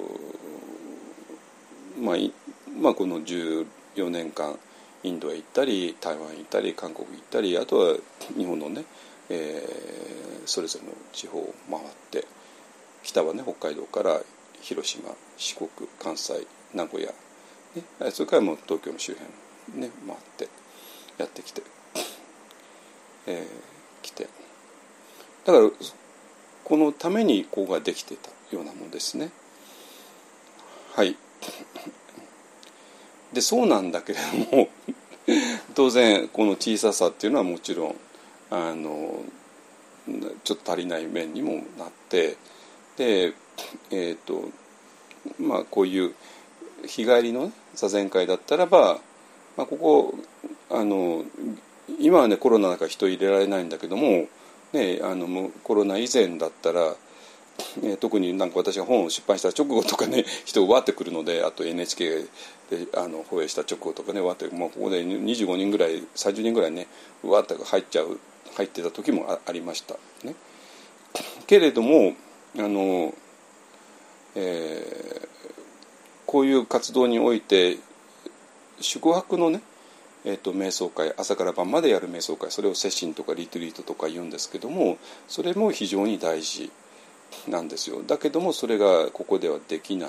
まあ、まあこのじゅうよねんかんインドへ行ったり台湾行ったり韓国行ったり、あとは日本のね、えー、それぞれの地方を回って、北はね北海道から広島、四国、関西、名古屋、ね、それからもう東京の周辺ね回ってやってきて、えー、来て、だからこのためにここができていたようなものですね。はい。でそうなんだけれども当然この小ささっていうのはもちろんあのちょっと足りない面にもなって、でえっとまあこういう日帰りの、ね、座禅会だったらば、まあ、ここあの今はねコロナだから人入れられないんだけども、ね、あのコロナ以前だったら、ね、特になんか私が本を出版した直後とかね人がわってくるので、あと エヌエイチケー であの放映した直後とかねわって、もうここでにじゅうごにんぐらいさんじゅうにんぐらいねわって入っちゃう入ってた時も あ, ありましたね。けれどもあの、えー、こういう活動において宿泊のねえー、と瞑想会、朝から晩までやる瞑想会、それをセッシンとかリトリートとか言うんですけども、それも非常に大事なんですよ。だけどもそれがここではできない、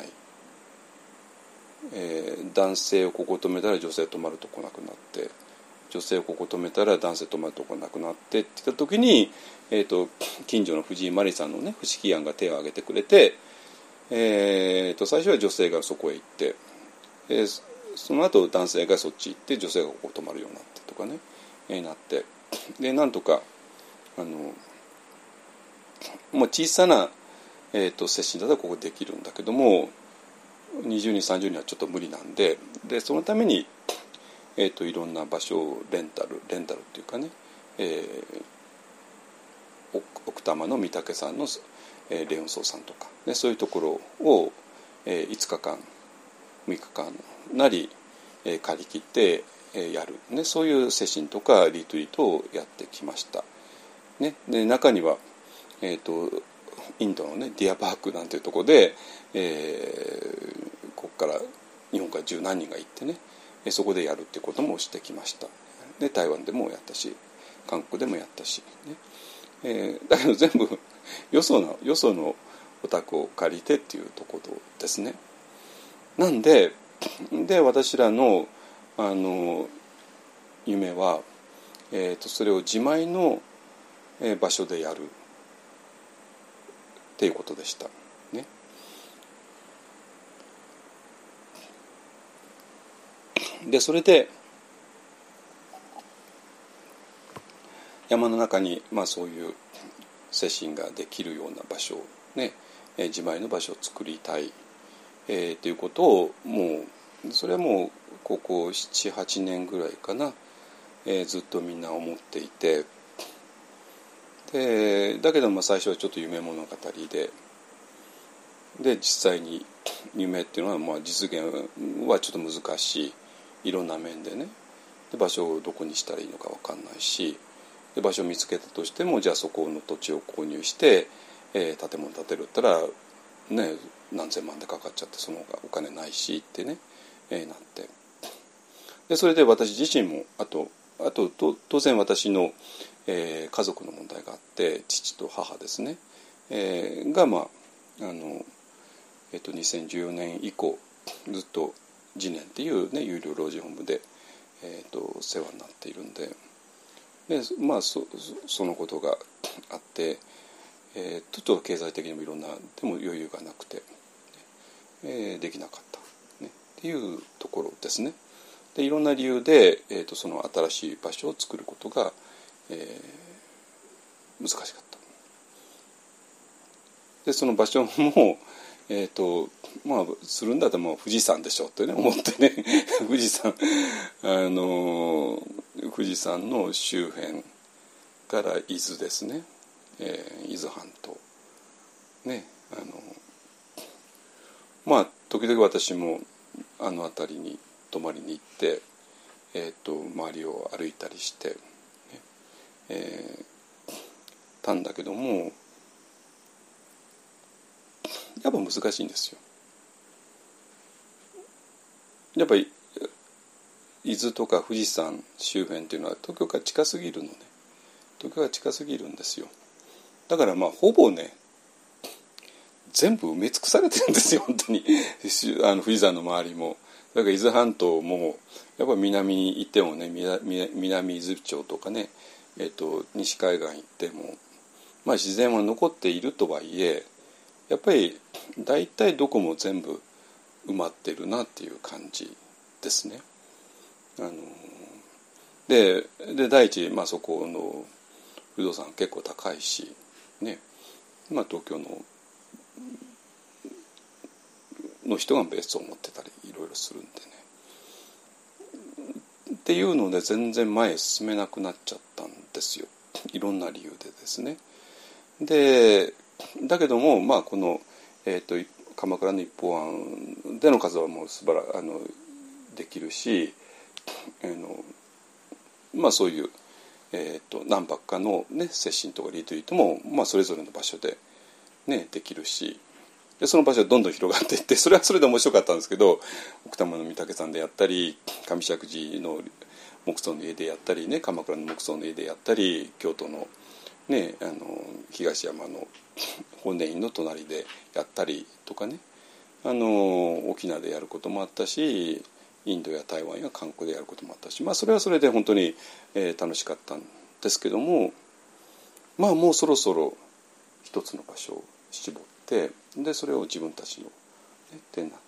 えー、男性をここ止めたら女性止まるとこなくなって、女性をここ止めたら男性止まるとこなくなってって言った時に、えー、と近所の藤井真理さんのね不思議案が手を挙げてくれて、えー、と最初は女性がそこへ行って、えーその後男性がそっち行って女性がここ泊まるようになってとかね、えー、なって、でなんとかあのもう小さな、えー、と接心だったらここできるんだけども、にじゅうにんさんじゅうにんはちょっと無理なんで、でそのために、えー、といろんな場所をレンタルレンタルっていうかね、えー、奥多摩の御嶽山の、えー、レオンソーさんとか、ね、そういうところを、えー、いつかかんむいかかんなり、えー、借り切って、えー、やる、ね、そういうセッションとかリトリートをやってきました、ね、で中には、えー、とインドの、ね、ディアパークなんていうところで、えー、ここから日本から十何人が行ってね、そこでやるっていうこともしてきました。で台湾でもやったし韓国でもやったし、ねえー、だけど全部よそのよそのお宅を借りてっていうところですね。なんで、で私らの、あの夢は、えー、とそれを自前の、えー、場所でやるっていうことでした、ね。でそれで山の中に、まあ、そういう精神ができるような場所をね、えー、自前の場所を作りたい。えー、ということをもうそれはもうここななはちねんぐらいかな、えー、ずっとみんな思っていて、でだけどまあ最初はちょっと夢物語でで実際に夢っていうのはまあ実現はちょっと難しい、いろんな面でね、で場所をどこにしたらいいのか分かんないし、で場所を見つけたとしてもじゃあそこの土地を購入して、えー、建物建てるったらね何千万でかかっちゃってその方がお金ないしってね、えー、なって、でそれで私自身もあとあとと当然私の、えー、家族の問題があって、父と母ですね、えー、がまああの、えー、とにせんじゅうよねん以降ずっと次年っていうね有料老人ホームで、えー、と世話になっているんで、でまあ そ, そのことがあって、えー、ちょっと経済的にもいろんなでも余裕がなくて、えー、できなかった、ね、っていうところですね。でいろんな理由で、えー、とその新しい場所を作ることが、えー、難しかった。でその場所も、えーとまあ、するんだったらもう富士山でしょってね思ってね富士山あの富士山の周辺から伊豆ですね、えー、伊豆半島ね、あのまあ時々私もあの辺りに泊まりに行って、えー、と周りを歩いたりして、ねえー、たんだけどもやっぱ難しいんですよ。やっぱり伊豆とか富士山周辺っていうのは東京から近すぎるのね。東京が近すぎるんですよ。だからまあほぼね全部埋め尽くされてるんですよ本当にあの富士山の周りも。だから伊豆半島もやっぱり南に行ってもね 南, 南伊豆町とかね、えー、と西海岸行っても、まあ、自然は残っているとはいえやっぱり大体どこも全部埋まってるなっていう感じですね。あのでで第一、まあ、そこの不動産結構高いし、ねまあ、東京のの人が別荘を持ってたりいろいろするんでねっていうので全然前へ進めなくなっちゃったんですよ、いろんな理由でですね。でだけどもまあこの、えー、と鎌倉の一方案での数はもう素晴らあのできるし、あのまあそういう、えー、と何泊かの、ね、接心とかリトリートも、まあ、それぞれの場所で、ね、できるし、でその場所がどんどん広がっていってそれはそれで面白かったんですけど、奥多摩の御嶽山でやったり上石寺の木造の家でやったりね、鎌倉の木造の家でやったり、京都のね、あの東山の本殿院の隣でやったりとかね、あの沖縄でやることもあったし、インドや台湾や韓国でやることもあったし、まあそれはそれで本当に、えー、楽しかったんですけども、まあもうそろそろ一つの場所を絞って、でそれを自分たちの、ね、手になって、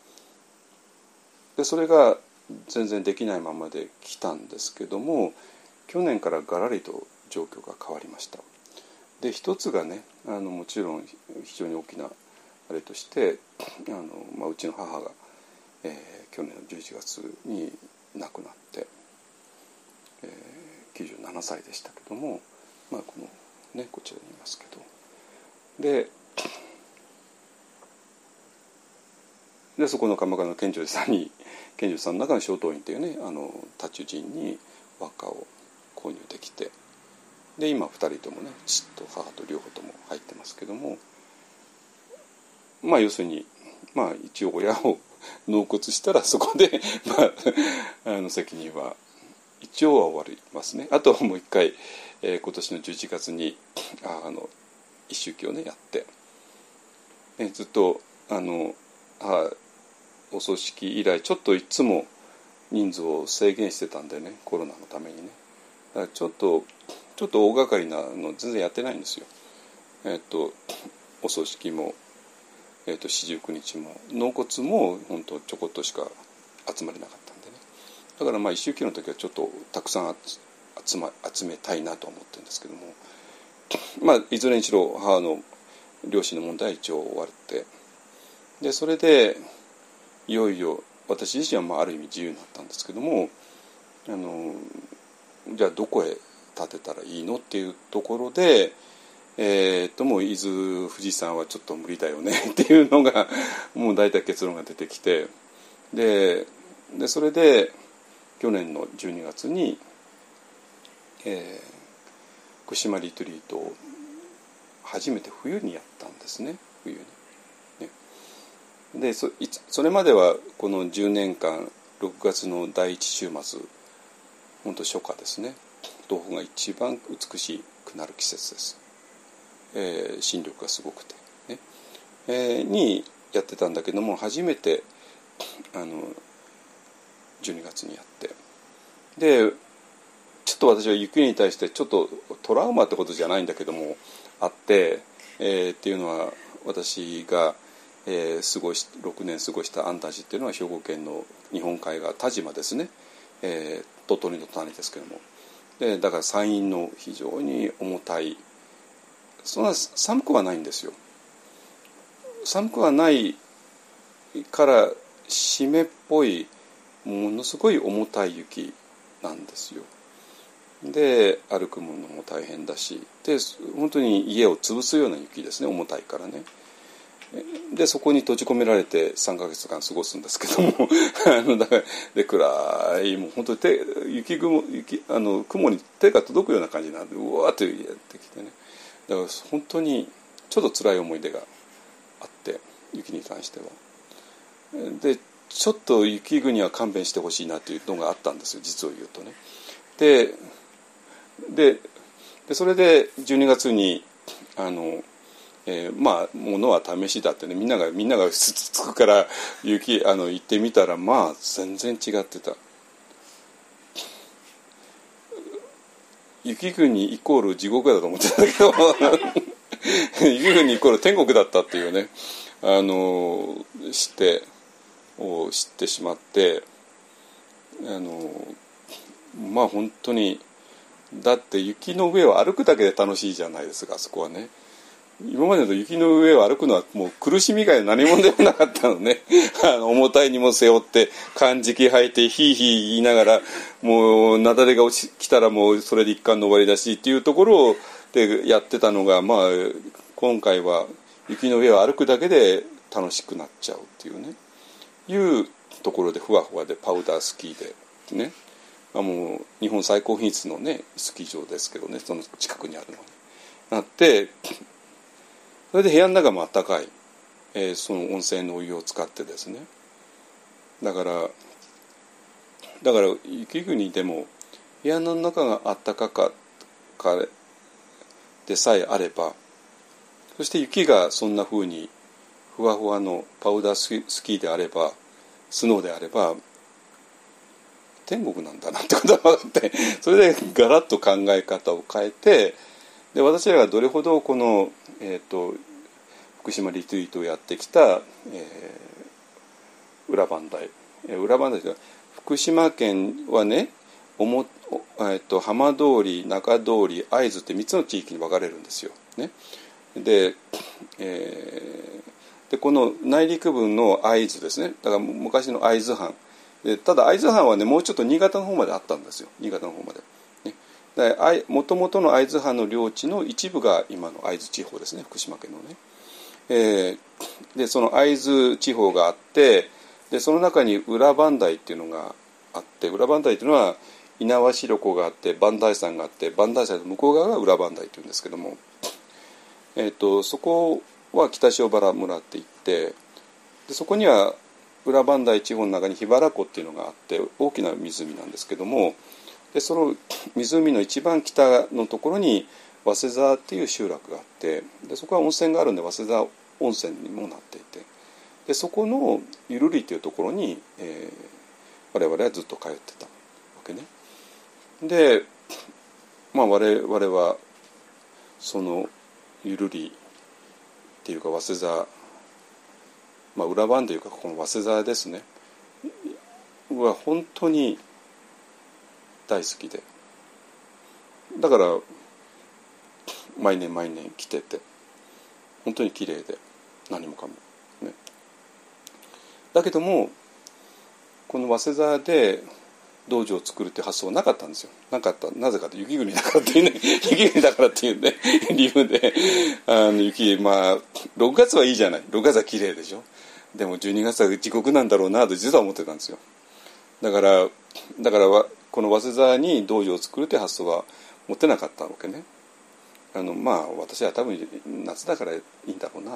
でそれが全然できないままで来たんですけども、去年からガラリと状況が変わりました。で一つがね、あのもちろん非常に大きなあれとしてあの、まあ、うちの母が、えー、去年のじゅういちがつに亡くなって、えー、きゅうじゅうななさいでしたけども、まあこのねこちらにいますけど、ででそこの鎌倉の賢治さんに賢治さんの中の正刀院っていうね、あの多中寺院に和歌を購入できて、で今ふたりともね、父と母と両方とも入ってますけども、まあ要するにまあ一応親を納骨したらそこで、まあ、あの責任は一応は終わりますね。あともう一回、えー、今年のじゅういちがつにあの一周忌をねやって、ね、ずっとあの母お葬式以来ちょっといつも人数を制限してたんでね、コロナのためにね、だからちょっとちょっと大掛かりなの全然やってないんですよ。えっとお葬式も、えっと四十九日も納骨も本当ちょこっとしか集まれなかったんでね、だからまあ一周忌の時はちょっとたくさん集, ま、集めたいなと思ってるんですけども、まあいずれにしろ母の両親の問題は一応終わって、でそれでいよいよ私自身はまあある意味自由になったんですけども、あのじゃあどこへ建てたらいいのっていうところで、えー、ともう伊豆富士山はちょっと無理だよねっていうのがもう大体結論が出てきて、ででそれで去年のじゅうにがつに、えー、福島リトリートを初めて冬にやったんですね。冬にね。で そ, それまではこのじゅうねんかんろくがつのだいいち週末、本当初夏ですね、東北が一番美しくなる季節です、えー、新緑がすごくて、ねえー、にやってたんだけども、初めてあのじゅうにがつにやって、でちょっと私は雪に対してちょっとトラウマってことじゃないんだけどもあって、えー、っていうのは私が、えー、過ごしろくねん過ごした安泰寺っていうのは兵庫県の日本海側田島ですね、えー、鳥取の隣ですけども、でだから山陰の非常に重たい、そんな寒くはないんですよ。寒くはないから湿っぽいものすごい重たい雪なんですよ。で歩くものも大変だし、で本当に家を潰すような雪ですね、重たいからね。でそこに閉じ込められてさんかげつかん過ごすんですけどもあのだからで暗い、もう本当に手雪雲雪あの雲に手が届くような感じなんでうわーってやってきてね、だから本当にちょっと辛い思い出があって、雪に関しては。でちょっと雪国は勘弁してほしいなというのがあったんですよ、実を言うとね。でででそれでじゅうにがつにあの、えー、まあものは試しだってね、みんながみんながつつくから雪あの行ってみたら、まあ全然違ってた。雪国イコール地獄だと思ってたんだけど雪国イコール天国だったっていうね、あの知ってを知ってしまって、あのまあ本当にだって雪の上を歩くだけで楽しいじゃないですか、あそこはね。今までの雪の上を歩くのはもう苦しみ以外何もでもなかったのねあの重たい荷物背負ってかんじき履いてヒーヒー言いながら、もう雪崩が落ちきたらもうそれで一巻の終わりだしっていうところでやってたのが、まあ今回は雪の上を歩くだけで楽しくなっちゃうっていうね、いうところでふわふわでパウダースキーでね、もう日本最高品質のねスキー場ですけどね、その近くにあるのになって、それで部屋の中も暖かい、えー、その温泉のお湯を使ってですね、だからだから雪国でも部屋の中が暖かかかでさえあれば、そして雪がそんな風にふわふわのパウダースキーであれば、スノーであれば天国なんだなってことが分かって、それでガラッと考え方を変えて、で私らがどれほどこの、えー、と福島リトリートをやってきた、えー、裏磐梯、えー、裏磐梯というか福島県はね、おも、えー、と浜通り、中通り、会津ってみっつの地域に分かれるんですよ、ね。で、えー、でこの内陸部の会津ですね、だから昔の会津藩で、ただ会津藩はねもうちょっと新潟の方まであったんですよ、新潟の方まで。もともとの会津藩の領地の一部が今の会津地方ですね、福島県のね。えー、でその会津地方があって、でその中に裏磐梯っていうのがあって、裏磐梯っていうのは猪苗代湖があって磐梯山があって、磐梯山の向こう側が裏磐梯っていうんですけども、えー、とそこは北塩原村っていって、でそこには裏磐梯地方の中に桧原湖っていうのがあって、大きな湖なんですけども、でその湖の一番北のところに早稲沢っていう集落があって、でそこは温泉があるんで早稲沢温泉にもなっていて、でそこのゆるりというところに、えー、我々はずっと通ってたわけね。で、まあ、我々はそのゆるりっていうか早稲沢、まあ、裏磐というかこの早稲沢ですねは本当に大好きで、だから毎年毎年来てて、本当に綺麗で何もかもね。だけどもこの早稲田で道場を作るっていう発想はなかったんですよ。なかった。なぜかと雪国だからっていうね雪国だからっていうね理由で、あの雪、まあろくがつはいいじゃない、ろくがつは綺麗でしょ。でもじゅうにがつは地獄なんだろうなと実は思ってたんですよ。だからだからこの早稲田に道場を作るって発想は持ってなかったわけね。あのまあ私は多分夏だからいいんだろうなって。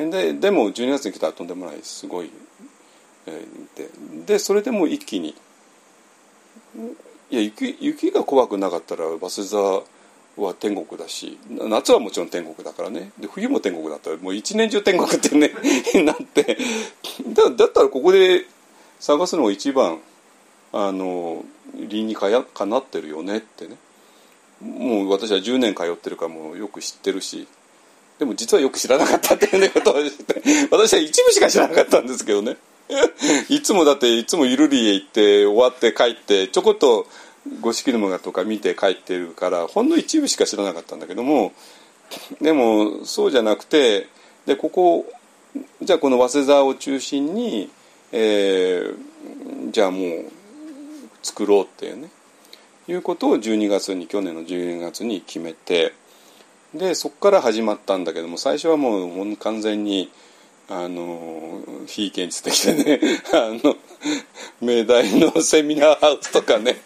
ででもじゅうにがつに来たらとんでもないすごい、えー、ででそれでも一気に、いや 雪, 雪が怖くなかったら早稲田は天国だし、夏はもちろん天国だからね、で冬も天国だったらもう一年中天国ってねなってだ, だったらここで探すのが一番あの理にか, やかなってるよねってね。もう私はじゅうねん通ってるからもうよく知ってるし、でも実はよく知らなかったっていう、ね、ことを私は一部しか知らなかったんですけどねいつもだっていつもゆるりへ行って終わって帰ってちょこっと五色沼とか見て帰ってるからほんの一部しか知らなかったんだけども、でもそうじゃなくて、でここじゃあこの早稲田を中心に、えー、じゃあもう作ろうっていうねいうことをじゅうにがつに去年のじゅうにがつに決めて、でそこから始まったんだけども、最初はもう、もう完全にあの非現実的でねあの明大のセミナーハウスとかね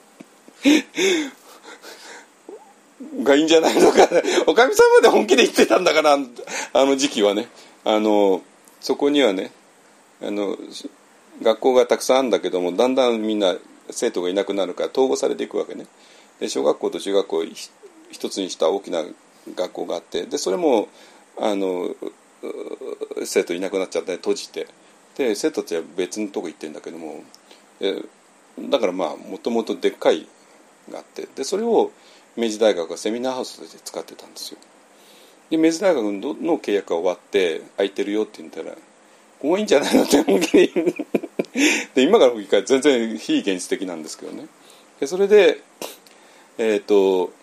がいいんじゃないのか、ね、おかみさんまで本気で言ってたんだから、あの時期はね、あのそこにはねあの学校がたくさんあるんだけども、だんだんみんな生徒がいなくなるから統合されていくわけね。で小学校と中学校を一つにした大きな学校があって、でそれもあの生徒いなくなっちゃって閉じて、で生徒たちは別のとこ行ってるんだけども、えだからまあもともとでっかいがあって、でそれを明治大学がセミナーハウスとして使ってたんですよ。で明治大学の契約が終わって空いてるよって言ったら、ここがいいんじゃないのって本気にで今から吹き替え全然非現実的なんですけどね。でそれでえっ、ー、と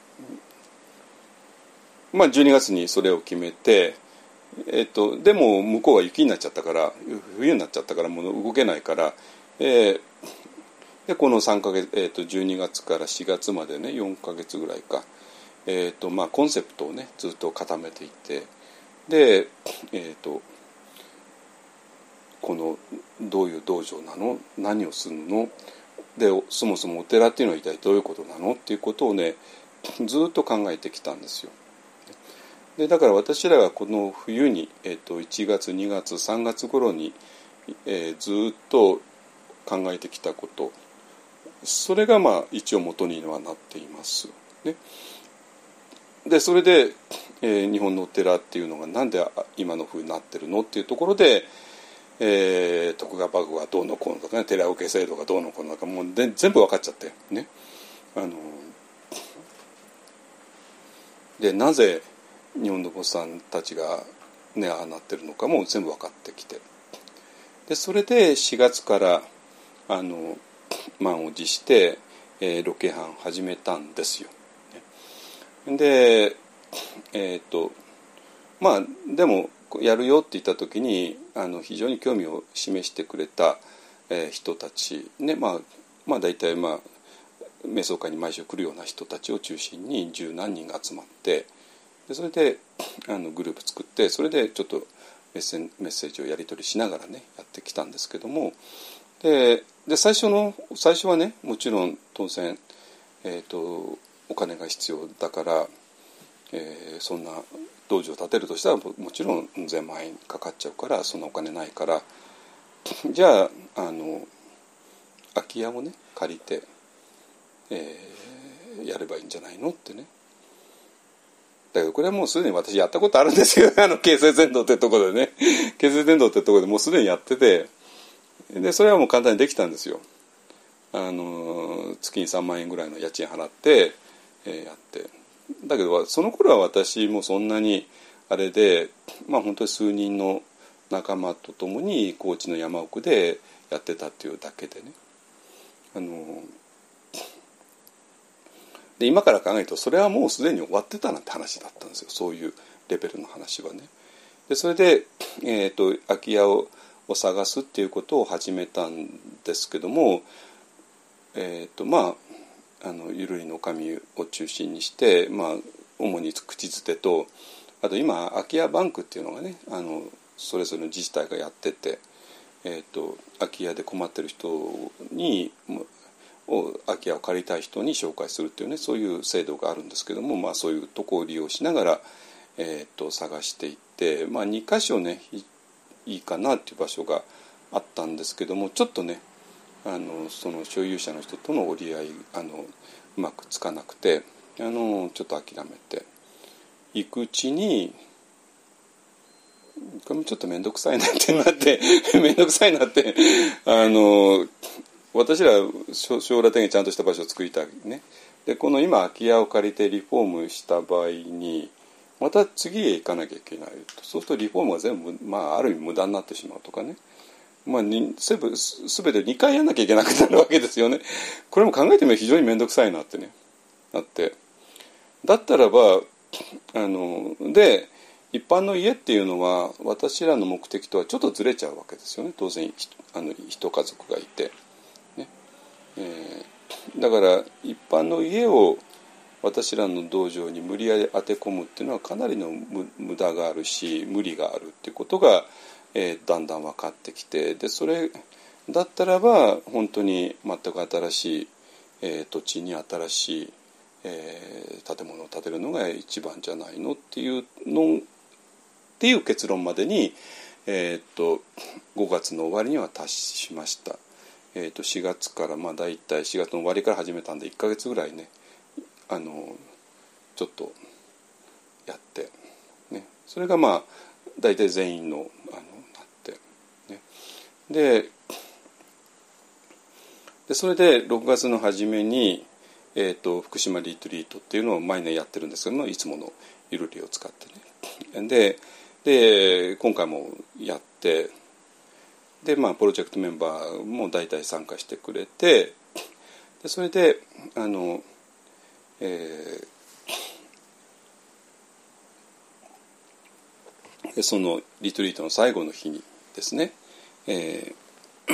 まあじゅうにがつにそれを決めて、えー、とでも向こうは雪になっちゃったから、冬になっちゃったからもう動けないから、えー、でこのさんかげつ、えー、とじゅうにがつからしがつまでねよんかげつぐらいか、えーとまあ、コンセプトをねずっと固めていって、で、えー、とこのどういう道場なの、何をするので、そもそもお寺っていうのは一体どういうことなのっていうことをねずっと考えてきたんですよ。でだから私らがこの冬に、えー、といちがつにがつさんがつ頃に、えー、ずっと考えてきたこと、それがまあ一応元にはなっています、ね、でそれで、えー、日本のお寺っていうのがなんで今の風になってるのっていうところで、えー、徳川幕府はどうのこうのとかね、寺受け制度がどうのこうのとかもうで全部分かっちゃってね、あのでなぜ日本の坊さんたちがねああなってるのかも全部分かってきて、でそれでしがつからあの満を持して、えー、ロケハン始めたんですよ。でえっ、ー、とまあでもやるよって言った時にあの非常に興味を示してくれた、えー、人たちね、まあまあ大体まあ瞑想会に毎週来るような人たちを中心に十何人が集まって、でそれであのグループ作って、それでちょっとメッセ、メッセージをやり取りしながらねやってきたんですけども、でで最初の最初はねもちろん当然、えーと、お金が必要だから、えー、そんな道場を建てるとしたらもちろんぜんまんえんかかっちゃうから、そんなお金ないからじゃあ、あの空き家をね借りて、えー、やればいいんじゃないのってね。だけどこれはもうすでに私やったことあるんですよあの京成全道ってところでね京成全道ってところでもうすでにやってて、でそれはもう簡単にできたんですよ。あの月にさんまんえんぐらいの家賃払って、えー、やって、だけどその頃は私もそんなにあれで、まあ本当に数人の仲間と共に高知の山奥でやってたっていうだけでね、あので今から考えるとそれはもうすでに終わってたなんて話だったんですよ、そういうレベルの話はね。でそれで、えーと、空き家をを探すっていうことを始めたんですけども、えーとまあ、あのゆるりの神を中心にして、まあ、主に口づてと、あと今空き家バンクっていうのがね、あのそれぞれの自治体がやってて、えーと空き家で困ってる人にを空き家を借りたい人に紹介するっていうね、そういう制度があるんですけども、まあ、そういうとこを利用しながら、えー、と探していって、まあ、にか所ねいいかなっていう場所があったんですけども、ちょっとねあのその所有者の人との折り合いあのうまくつかなくて、あのちょっと諦めていくうちに、これもちょっと面倒くさいなってなって面倒くさいなってあの私ら将来的にちゃんとした場所を作りたいね。でこの今空き家を借りてリフォームした場合にまた次へ行かなきゃいけないと、そうするとリフォームが全部、まあ、ある意味無駄になってしまうとかね、まあ、すべてにかいやんなきゃいけなくなるわけですよね。これも考えてみると非常に面倒くさいなってねなって、だったらばあので一般の家っていうのは私らの目的とはちょっとずれちゃうわけですよね。当然あの一家族がいて、ねえー、だから一般の家を私らの道場に無理やり当て込むっていうのはかなりの無駄があるし無理があるっていうことが、えー、だんだん分かってきて、でそれだったらば本当に全く新しい、えー、土地に新しい、えー、建物を建てるのが一番じゃないのっていうのっていう結論までに、えー、っとごがつの終わりには達しました。えー、っとしがつからまあ大体しがつの終わりから始めたんでいっかげつぐらいねあのちょっとやって、ね、それがまあ大体全員のあのなって、ね、で, でそれでろくがつの初めに、えー、と福島リトリートっていうのを毎年やってるんですけども、いつものゆるりを使ってね、でで今回もやって、で、まあ、プロジェクトメンバーも大体参加してくれて、でそれであの、えー、そのリトリートの最後の日にですね、えー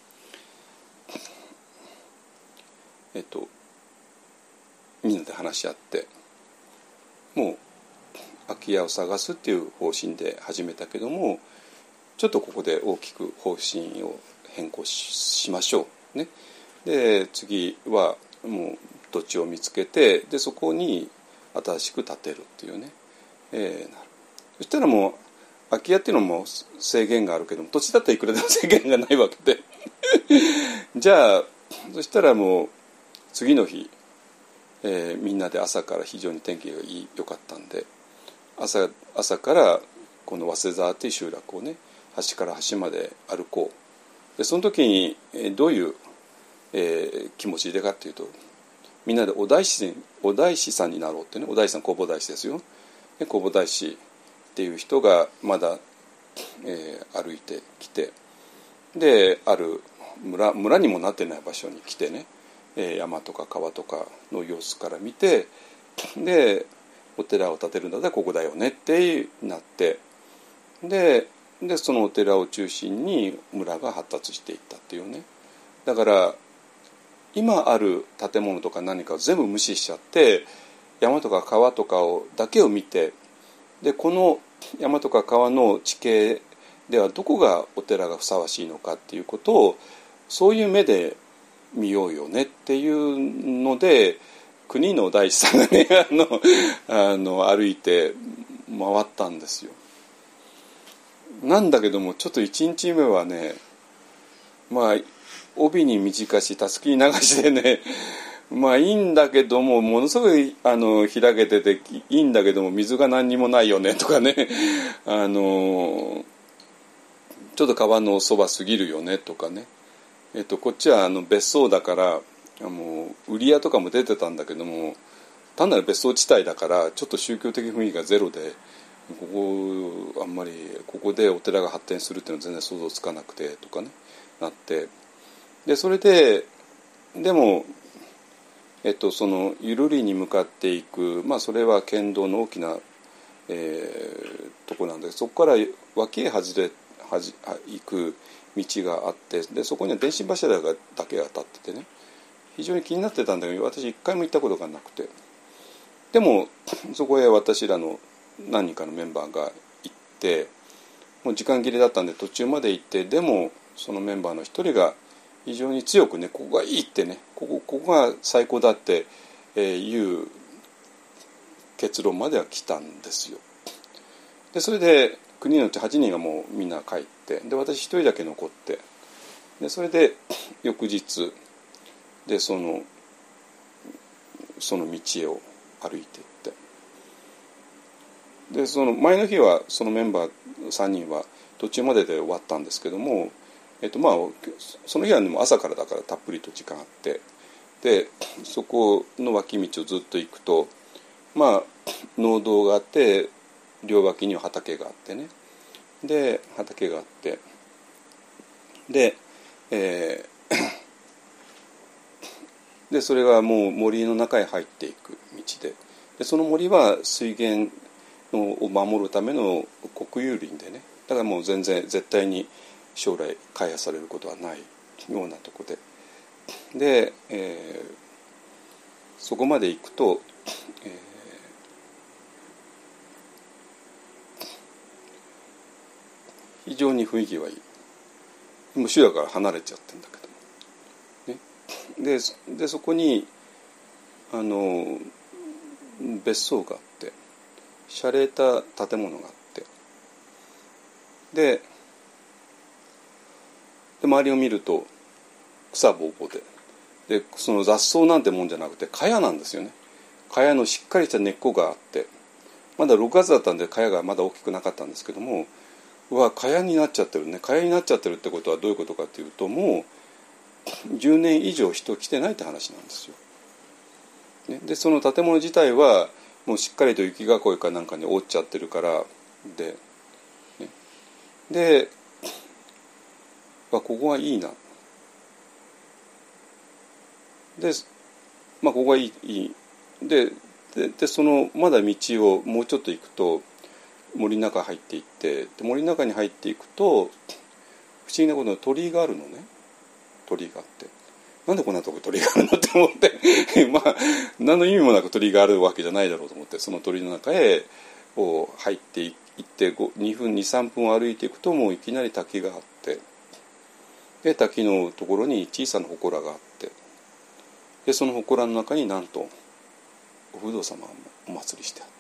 えっと、みんなで話し合って、もう空き家を探すっていう方針で始めたけども、ちょっとここで大きく方針を変更 し, しましょう、ね、で次はもう土地を見つけて、でそこに新しく建てるっていうね、えー、なる。そしたらもう空き家っていうのも制限があるけども、土地だったらいくらでも制限がないわけでじゃあそしたらもう次の日、えー、みんなで朝から非常に天気がいい良かったんで、朝, 朝からこの早稲沢っていう集落をね端から端まで歩こう。でその時にどういう、えー、気持ちでかっていうと、みんなでお大師お大師さんになろうってね、お大師さん弘法大師ですよ。で弘法大師っていう人がまだ、えー、歩いてきて、である 村, 村にもなってない場所に来てね、えー、山とか川とかの様子から見て、でお寺を建てるんだったらここだよねってなって、ででそのお寺を中心に村が発達していったっていうね。だから今ある建物とか何かを全部無視しちゃって、山とか川とかをだけを見て、でこの山とか川の地形ではどこがお寺がふさわしいのかっていうことをそういう目で見ようよねっていうので、国の大師さんがねあのあの歩いて回ったんですよ。なんだけどもちょっといちにちめはね、まあ帯に短したすきに流しでね、まあいいんだけどもものすごいあの開けてていいんだけども水が何にもないよねとかねあのちょっと川のそばすぎるよねとかね、えっとこっちはあの別荘だからもう売り屋とかも出てたんだけども、単なる別荘地帯だからちょっと宗教的雰囲気がゼロで、ここあんまりここでお寺が発展するっていうのは全然想像つかなくてとかねなって、でそれででもえっとそのゆるりに向かっていく、まあそれは県道の大きな、えー、とこなんで、そこから脇へ外れはじ行く道があって、でそこには電信柱がだけが立っててね、非常に気になってたんだけど私一回も行ったことがなくて、でもそこへ私らの何人かのメンバーが行って、もう時間切れだったんで途中まで行って、でもそのメンバーの一人が非常に強くね、ここがいいってね、ここ、ここが最高だって、えー、いう結論までは来たんですよ。でそれでくにんのうちはちにんがもうみんな帰って、で私一人だけ残って、でそれで翌日でそのその道を歩いていって、でその前の日はそのメンバーさんにんは途中までで終わったんですけども、えっとまあその日はでも朝からだからたっぷりと時間あって、でそこの脇道をずっと行くと、まあ農道があって両脇には畑があってね、で畑があって、で、えー、でそれがもう森の中へ入っていく道で、でその森は水源を守るための国有林でね、だからもう全然絶対に将来開発されることはないようなとこで、で、えー、そこまで行くと、えー、非常に雰囲気はいい。もう集落から離れちゃってるんだけど、ね、で, でそこにあの別荘があって、洒落た建物があって、でで周りを見ると草ぼうぼうで、でその雑草なんてもんじゃなくて茅なんですよね。茅のしっかりした根っこがあって、まだろくがつだったんで茅がまだ大きくなかったんですけども、うわ茅になっちゃってるね。茅になっちゃってるってことはどういうことかっていうと、もうじゅうねん以上人来てないって話なんですよ。ね、でその建物自体はもうしっかりと雪囲いかなんかに覆っちゃってるから、で、ね、でここはいいな。で、まあここはいい。いいで、で、でそのまだ道をもうちょっと行くと森の中入っていって、で森の中に入っていくと不思議なことに鳥居があるのね。鳥居があって、なんでこんなとこ鳥居があるのって思ってまあ何の意味もなく鳥居があるわけじゃないだろうと思って、その鳥居の中へこう入っていってにふんにさんぷん歩いていくと、もういきなり滝があって、で滝のところに小さな祠があって、でその祠の中になんとお不動様がお祭りしてあって、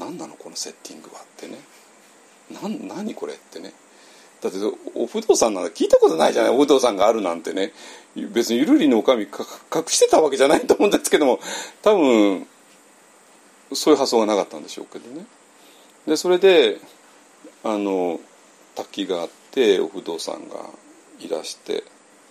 何なのこのセッティングはってね、なん何これってね、だってお不動産なんて聞いたことないじゃない、お不動産があるなんてね。別にゆるりのおかみ隠してたわけじゃないと思うんですけども、多分そういう発想がなかったんでしょうけどね。でそれであの滝があってお不動産がいらして、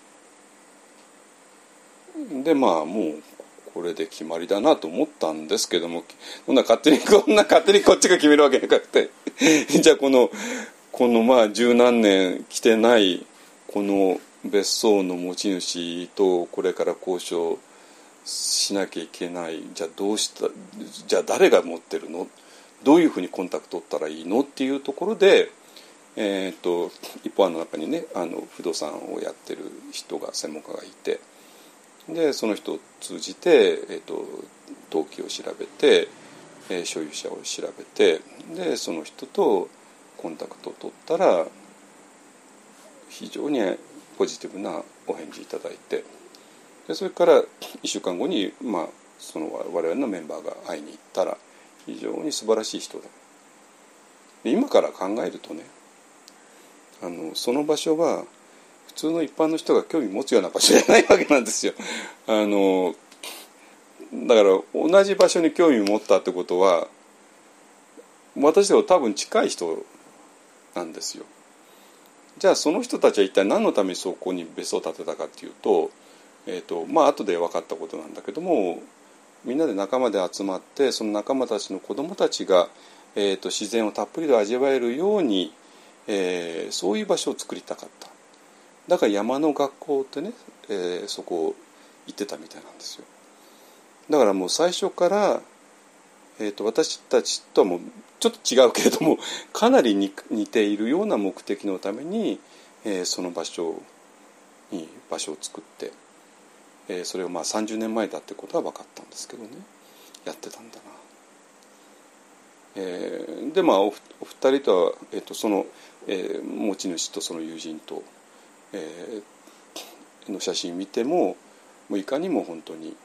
でまあもうこれで決まりだなと思ったんですけども、こんな勝手にこんな勝手にこっちが決めるわけなくてじゃあこのこのまあ十何年来てないこの別荘の持ち主とこれから交渉しなきゃいけない、じゃあどうした、じゃあ誰が持ってるの、どういうふうにコンタクト取ったらいいのっていうところで、えー、と一方案の中にね、あの不動産をやってる人が専門家がいて、でその人を通じて、えー、と登記を調べて、えー、所有者を調べて、でその人とコンタクトを取ったら非常にポジティブなお返事いただいて、でそれからいっしゅうかんごに、まあ、その我々のメンバーが会いに行ったら非常に素晴らしい人だ。で今から考えるとね、あのその場所は普通の一般の人が興味持つような場所じゃないわけなんですよ。あのだから同じ場所に興味を持ったってことは私と多分近い人なんですよ。じゃあその人たちは一体何のためにそこに別荘を建てたかっていうと、えーとまあ後で分かったことなんだけども、みんなで仲間で集まって、その仲間たちの子どもたちが、えーと自然をたっぷりと味わえるように、えー、そういう場所を作りたかった。だから山の学校ってね、えー、そこ行ってたみたいなんですよ。だからもう最初からえー、と私たちとはもうちょっと違うけれどもかなり似ているような目的のために、えー、その場所に場所を作って、えー、それをまあさんじゅうねんまえだってことは分かったんですけどね、やってたんだな。えー、でまあ お, お二人とは、えー、とその、えー、持ち主とその友人と、えー、の写真見ても、もういかにも本当に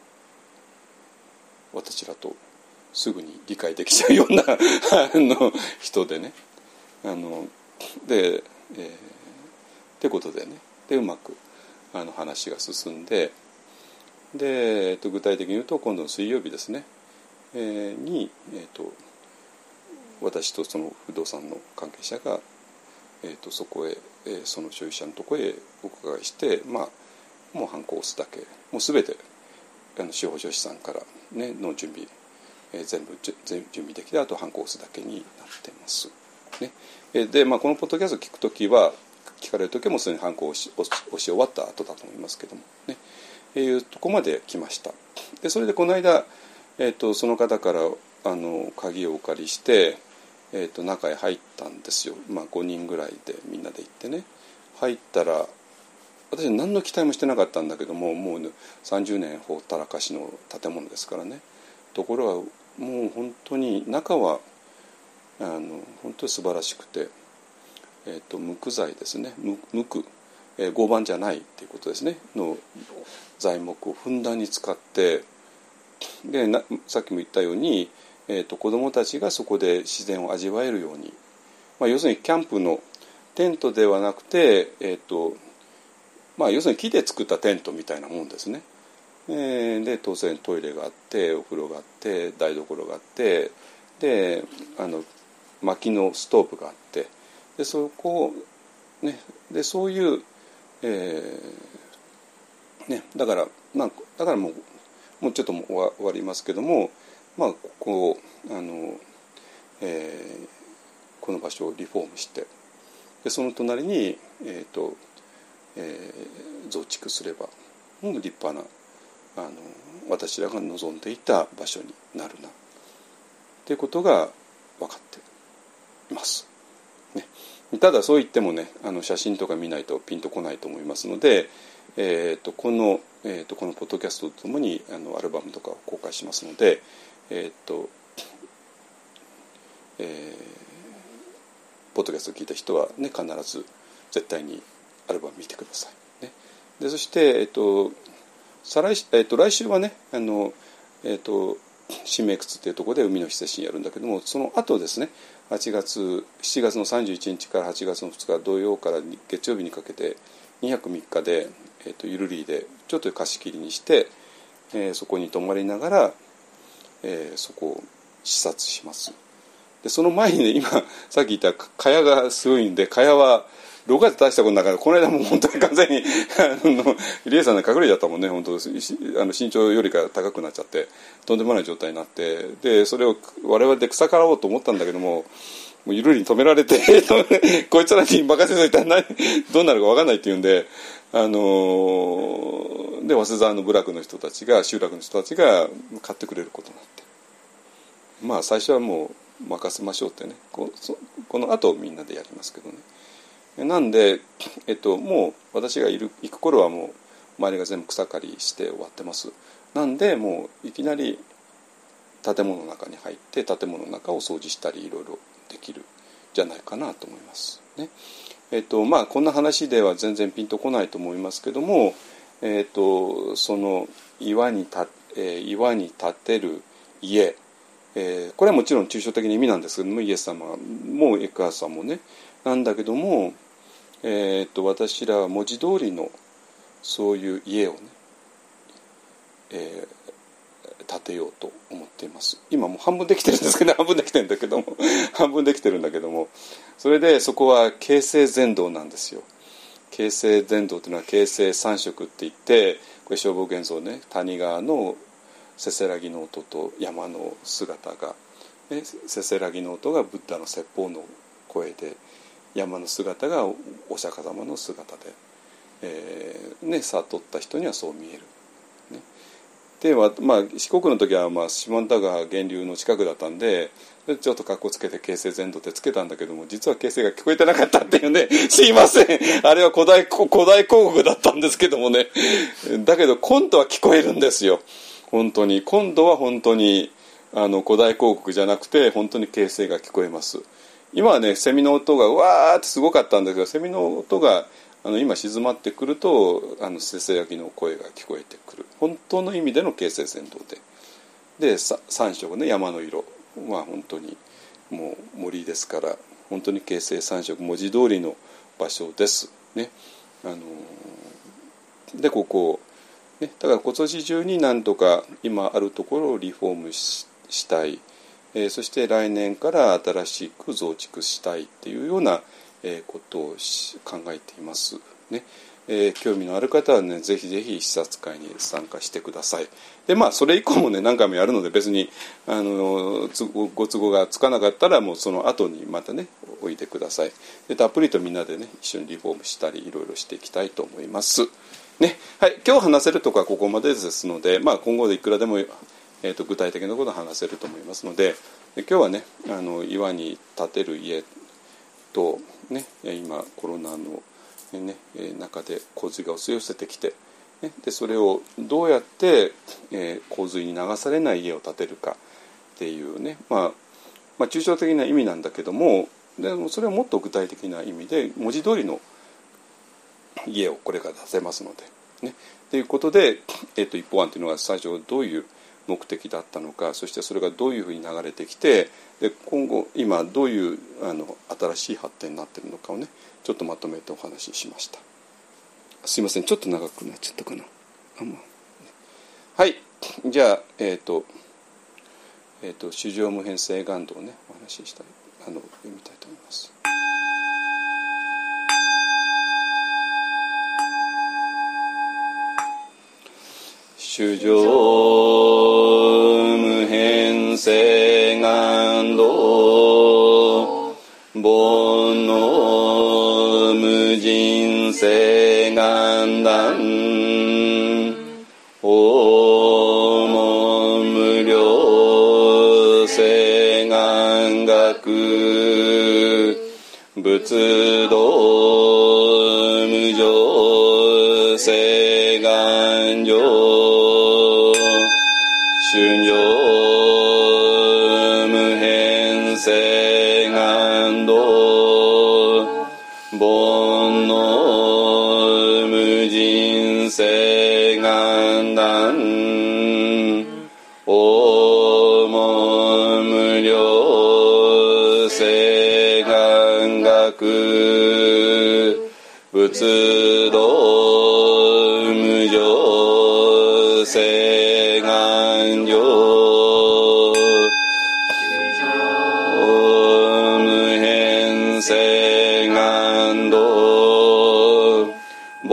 私らとすぐに理解できちゃうようなあの人でね、あので、えー、ってことでね、でうまくあの話が進んで、で、えー、と具体的に言うと今度の水曜日ですね、えー、に、えー、と私とその不動産の関係者が、えー、とそこへ、えー、その所有者のところへお伺いして、まあもうハンコを押すだけ、もうすべてあの司法書士さんから、ね、の準備、えー、全部準備できて、あとハンコを押すだけになってます、ね。で、まあ、このポッドキャストを聞くときは聞かれるときはもうすでにハンコを押し、押し終わった後だと思いますけどもね、えー、いうとこまで来ました。でそれでこの間、えー、とその方からあの鍵をお借りして、えー、と中へ入ったんですよ。まあ、ごにんぐらいでみんなで行ってね、入ったら私は何の期待もしてなかったんだけども、もうさんじゅうねんほったらかしの建物ですからね。ところはもう本当に中はあの本当に素晴らしくて、えー、と無垢材ですね、無垢、えー、合板じゃないっていうことですねの材木をふんだんに使って、でなさっきも言ったように、えー、と子どもたちがそこで自然を味わえるように、まあ、要するにキャンプのテントではなくて、えーとまあ、要するに木で作ったテントみたいなもんですね。えー、で当然トイレがあって、お風呂があって、台所があって、であの薪のストーブがあって、でそこ、ね、でそういう、えーね、だから、まあ、だからもうもうちょっともう終わりますけども、まあ、ここあの、えー、この場所をリフォームして、でその隣に、えーとえー、増築すればもう立派なあの私らが望んでいた場所になるなということが分かっています、ね。ただそう言ってもね、あの写真とか見ないとピンとこないと思いますので、えー、とこの、えー、とこのポッドキャストとともにあのアルバムとかを公開しますので、えーとえー、ポッドキャストを聞いた人は、ね、必ず絶対にアルバム見てください、ね。でそして、えー、と再来、えー、と来週はね、あの、えー、と新名窟っていうところで海の日接心やるんだけども、その後ですね、はちがつしちがつのさんじゅういちにちからはちがつのふつか土曜から月曜日にかけてにはくみっかで、えー、とゆるりでちょっと貸し切りにして、えー、そこに泊まりながら、えー、そこを視察します。でその前にね、今さっき言った蚊帳がすごいんで、蚊帳はろくがつ大したことなかった。この間も本当に完全にあのリエさんが隠れちゃったもんね。本当あの身長よりか高くなっちゃってとんでもない状態になって、でそれを我々で草刈ろうと思ったんだけども、もうゆるりに止められてこいつらに任せといたら何どうなるか分かんないっていうんで、あのー、で早稲沢の部落の人たちが集落の人たちが買ってくれることになって、まあ最初はもう任せましょうってね、こ, この後みんなでやりますけどね。なんで、えっと、もう私がいる行く頃はもう周りが全部草刈りして終わってます。なんでもういきなり建物の中に入って建物の中を掃除したりいろいろできるじゃないかなと思いますね。えっとまあこんな話では全然ピンとこないと思いますけども、えっとその岩にた、えー、岩に建てる家、えー、これはもちろん抽象的な意味なんですけども、イエス様もエクハーさんもねなんだけども、えー、と私らは文字通りのそういう家をね、えー、建てようと思っています。今もう半分できてるんですけど、ね、半分できてるんだけども半分できてるんだけども、それでそこは京成禅道なんですよ。京成禅道というのは京成三色って言って、これ正法現像ね、谷川のせせらぎの音と山の姿が、ね、せせらぎの音がブッダの説法の声で、山の姿がお釈迦様の姿で、えーね、悟った人にはそう見える、ね、っで、まあ、四国の時はまあ下田川源流の近くだったんでちょっと格好つけて京成全土ってつけたんだけども、実は京成が聞こえてなかったっていうねすいません、あれは古代古代広告だったんですけどもね、だけど今度は聞こえるんですよ。本当に今度は本当にあの古代広告じゃなくて本当に京成が聞こえます。今はねセミの音がうわーってすごかったんだけど、セミの音があの今静まってくるとあのせせやぎの声が聞こえてくる、本当の意味での京成全土で、で三色ね、山の色は本当にもう森ですから、本当に京成三色文字通りの場所ですね。あのでここね、だから今年中になんとか今あるところをリフォーム し, したい、えー、そして来年から新しく増築したいっていうような、えー、ことを考えていますね。えー、興味のある方はねぜひぜひ視察会に参加してください。でまあそれ以降もね何回もやるので別にあのご都合がつかなかったらもうその後にまたねおいでください。でたっぷりとみんなでね一緒にリフォームしたりいろいろしていきたいと思いますね。はい、今日話せるところはここまでですので、まあ、今後でいくらでも、えー、と具体的なことを話せると思いますので、で今日はねあの岩に建てる家と、ね、今コロナのね、中で洪水が押し寄せてきて、ね、でそれをどうやって、えー、洪水に流されない家を建てるかっていうね、まあ、まあ抽象的な意味なんだけども、でもそれはもっと具体的な意味で文字通りの家をこれから建てますので、ね、ということで、えー、と一方案というのが最初どういう目的だったのか、そしてそれがどういうふうに流れてきて、で今後今どういうあの新しい発展になっているのかをねちょっとまとめてお話ししました。すいません、ちょっと長くなっちゃったかな。あ、まあ、はい、じゃあえっ、ー、とえっ、ー、と主情無変性願度をねお話ししたいあの読みたいと思います。主情無変性願度煩悩無尽性願断訪問無量性願学仏道無常性願上春情無変性願度煩悩無尽性願断訪問無量性願学仏道無常性願上無変性願度煩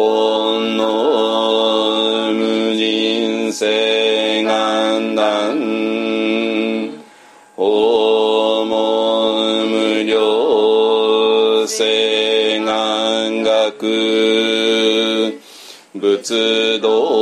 悩無尽性願断訪問無量性願学仏道